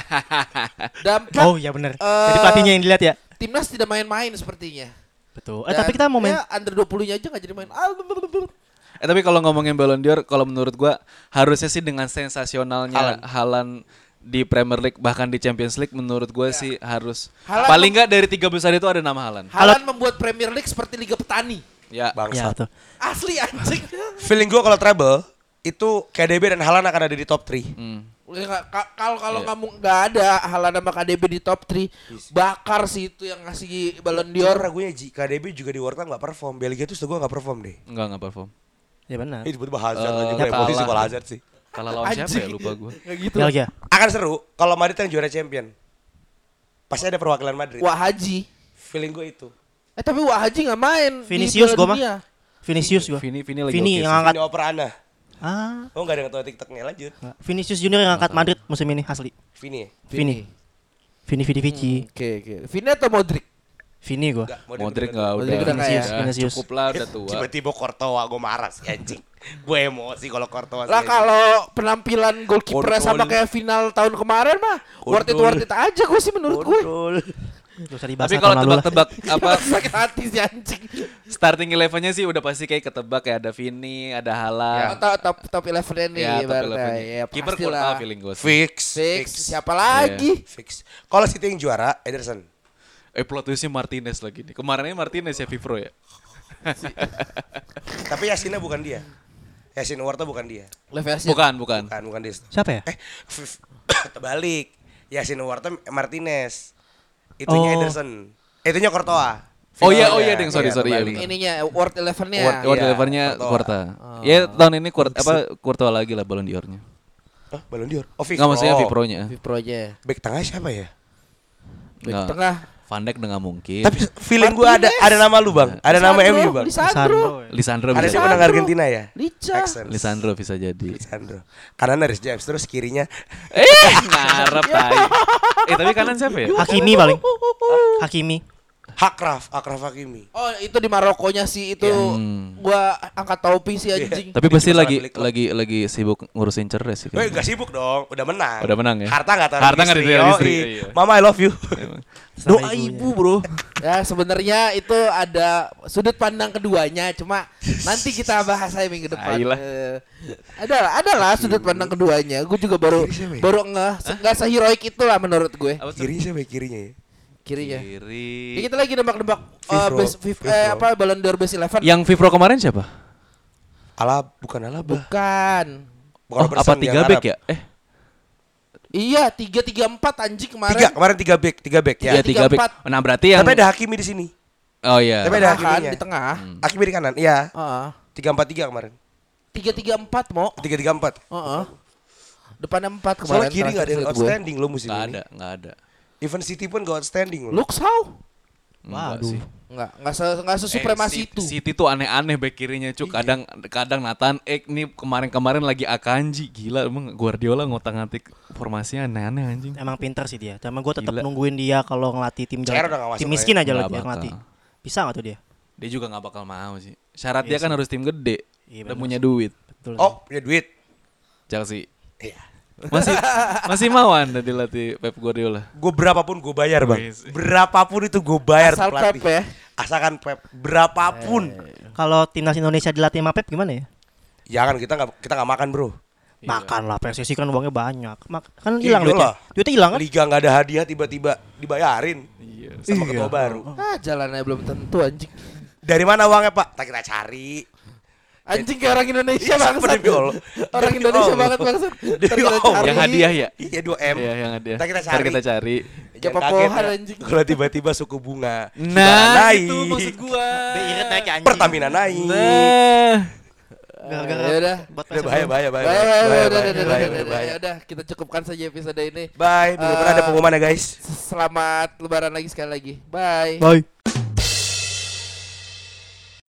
dampak Oh iya benar. Jadi pelatihnya yang dilihat ya. timnas tidak main-main sepertinya. Betul. Dan Tapi kita mau main ya, under 20-nya aja enggak jadi main. Tapi kalau ngomongin Ballon d'Or, kalau menurut gua harusnya sih dengan sensasionalnya Haaland di Premier League bahkan di Champions League menurut gua sih harus Haaland paling nggak dari 3 besar itu ada nama Haaland. Haaland membuat Premier League seperti Liga Petani. Ya. Ya Bangsat. betul. Asli anjing. Feeling gue kalau treble itu KDB dan Haaland akan ada di top 3. Kalau Iya. kamu nggak ada Haaland sama KDB di top 3, bakar sih itu yang ngasih Ballon Dior d'Or. ragunya KDB juga di World Cup gak perform. Belgia tuh gue gak perform deh. Enggak perform. Ya benar. Tiba-tiba Hazard aja gue kalah. emosi soal Hazard sih. Kalah lawan siapa ya Anjing. lupa gua. Kayak gitu. Belgia. Akan seru kalau Madrid yang juara champion. Pasti ada perwakilan Madrid. Wah Haji. Feeling gue itu. Tapi Wah Haji nggak main. di Vinicius Piala gua mah. Dunia. Vinicius gua. Vini lagi Vini oke yang sih. angkat. Ini opera Ana. Ah. Oh gak ada yang tau TikToknya, lanjut. Vinicius Junior yang angkat Madrid musim ini asli. Vini ya? Vini. Vini Vici. Oke. Vini atau Modric? Vini gua. Enggak, Modric enggak udah. Modric udah Vinicius, kayak- Vinicius. Cukup lah udah tua. Tiba-tiba Courtois gue marah sih anjing. Gue emosi kalau Courtois. Lah kalau penampilan goalkeeper sama kayak final tahun kemarin mah worth it aja gue sih menurut gue. Gak usah dibahas Tapi tahun kalau lalu lah. tebak-tebak apa Sakit hati sih anjing. starting 11-nya sih udah pasti kayak ketebak kayak ada Vini, ada Haaland. Top 11 nih Ya, top ibaratnya. 11-nya. Ya Kiper pastilah. Courtois feeling gue sih. Fix. Fix. Siapa lagi? Fix. Kalau City yang juara, Ederson. Plot twistnya Martinez lagi nih. Kemarinnya Martinez ya Vivro ya. Tapi Yasinnya bukan dia. Yasin Uwarta bukan dia. Leviasin. Bukan. Bukan dia. Siapa ya? Terbalik. Yasin Uwarta Martinez. Itunya Oh. Ederson. Itunya Courtois. Oh iya, Finalnya. ding, sorry. Iya, Iya, terbalik. benar. Ininya World 11-nya. World Iya, Delivernya Courtois. Courtois. Ya tahun ini Courtois lagi lah Ballon d'Or-nya. Hah, Ballon d'Or. Oh, Enggak maksudnya Vivro-nya. Vivro-nya. Back tengah siapa ya? Back Nggak. tengah. Van Dijk dengan mungkin. Tapi feeling gue ada nama lu, Bang. Ada nama MU, Bang. Lisandro. Lisandro Ada bisa. dia menang Argentina ya? Lica. Accent. Lisandro bisa jadi. Lisandro. Kanan Reece James, terus kirinya Ngarep tai. Tapi kanan siapa ya? Hakimi paling. Hakimi. Akraf Hakimi. Oh itu di Marokonya sih itu gua angkat topi sih anjing. Tapi pasti Cuma lagi salah beli klub. lagi sibuk ngurusin ceres sih. kayaknya. Gak sibuk dong, udah menang. Udah menang ya? Harta gak taruh Harta nggak ditaruh istri, Yoi. iya. Mama I love you. Doa ibu bro. Ya sebenarnya itu ada sudut pandang keduanya, cuma nanti kita bahas aja minggu depan. Ayolah. Adalah sudut pandang keduanya. Gue juga baru Siapa ya? baru nggak seheroik itulah menurut gue. Kirinya siapa ya kirinya ya? Kirinya. Kiri. Ya, kita lagi nebak-nebak Vivro. apa Ballon d'Or Best 11. Yang Vivro kemarin siapa? Bukan Alaba. Bukan. Bukan Oh, Robertson apa yang 3 back Arab. ya? Iya, 3-3-4 anjing kemarin. Kemarin 3 back ya. Iya, 3 back. 3-4. Nah, berarti yang Tapi ada Hakimi di sini. Oh iya. Tapi ada Tengah kan Hakiminya. di tengah. Hakimi di kanan. Iya. Heeh. 3-4-3 kemarin. 3-3-4 mau. 3-3-4. Heeh. Depannya 4 kemarin. Soalnya kiri enggak ada yang terakhir gue. outstanding lo musim Enggak ini. ada, enggak ada. Even City pun enggak outstanding lo. Looks how? Enggak Waduh. sih. Enggak sesupremasi itu. City tuh aneh-aneh back kirinya, Cuk. Kadang Nathan Ek nih kemarin lagi Akanji. Gila emang Guardiola ngotak-ngatik formasinya aneh-aneh anjing. Emang pinter sih dia. Cuma gue tetap Gila. nungguin dia kalau ngelatih tim CR udah nggak masuk tim lah miskin ya. aja Nggak lah dia bakal. ngelatih. Bisa nggak tuh dia? Dia juga nggak bakal mau sih. Syarat Iya dia kan sih. harus tim gede. Iya, Udah bener punya sih. duit. Betul. Oh, punya duit. Chelsea. Iya. Masih mau Anda dilatih Pep Guardiola. Gue berapapun gue bayar, Bang. Wis. Berapapun itu gue bayar Asal tuh pelatih. Pep ya. Asalkan Pep berapapun. Kalau timnas Indonesia dilatih sama Pep gimana ya? Jangan kita nggak makan, Bro. Makan lah, PSSI kan uangnya banyak. Kan Iya hilang duitnya. lah. Duitnya hilang kan? Liga nggak ada hadiah tiba-tiba dibayarin Iya. sama Iya. ketua baru. Ah, jalannya belum tentu anjing. Dari mana uangnya, Pak? Tak kita cari. Anjing kayak orang Indonesia Iya, bangsat. sumpah demi Allah. Orang Demi Indonesia Allah. banget bangsat. Demi Ntar kita Allah. cari. Yang hadiah ya? Iya 2M. Iya, yang hadiah. Ntar kita Ntar cari. kita cari. Jangan Kayak kaget pohan, ya. anjing. Kalau tiba-tiba suku bunga Nah, naik. itu maksud gua. Irit naik anjing. Pertamina naik. Nah. Gara-gara Ya udah. buat Udah PSSI. bahaya. Udah, kita cukupkan saja episode ini. Bye. Minggu depan ada pengumuman ya, guys. Selamat lebaran lagi sekali lagi. Bye. Bye.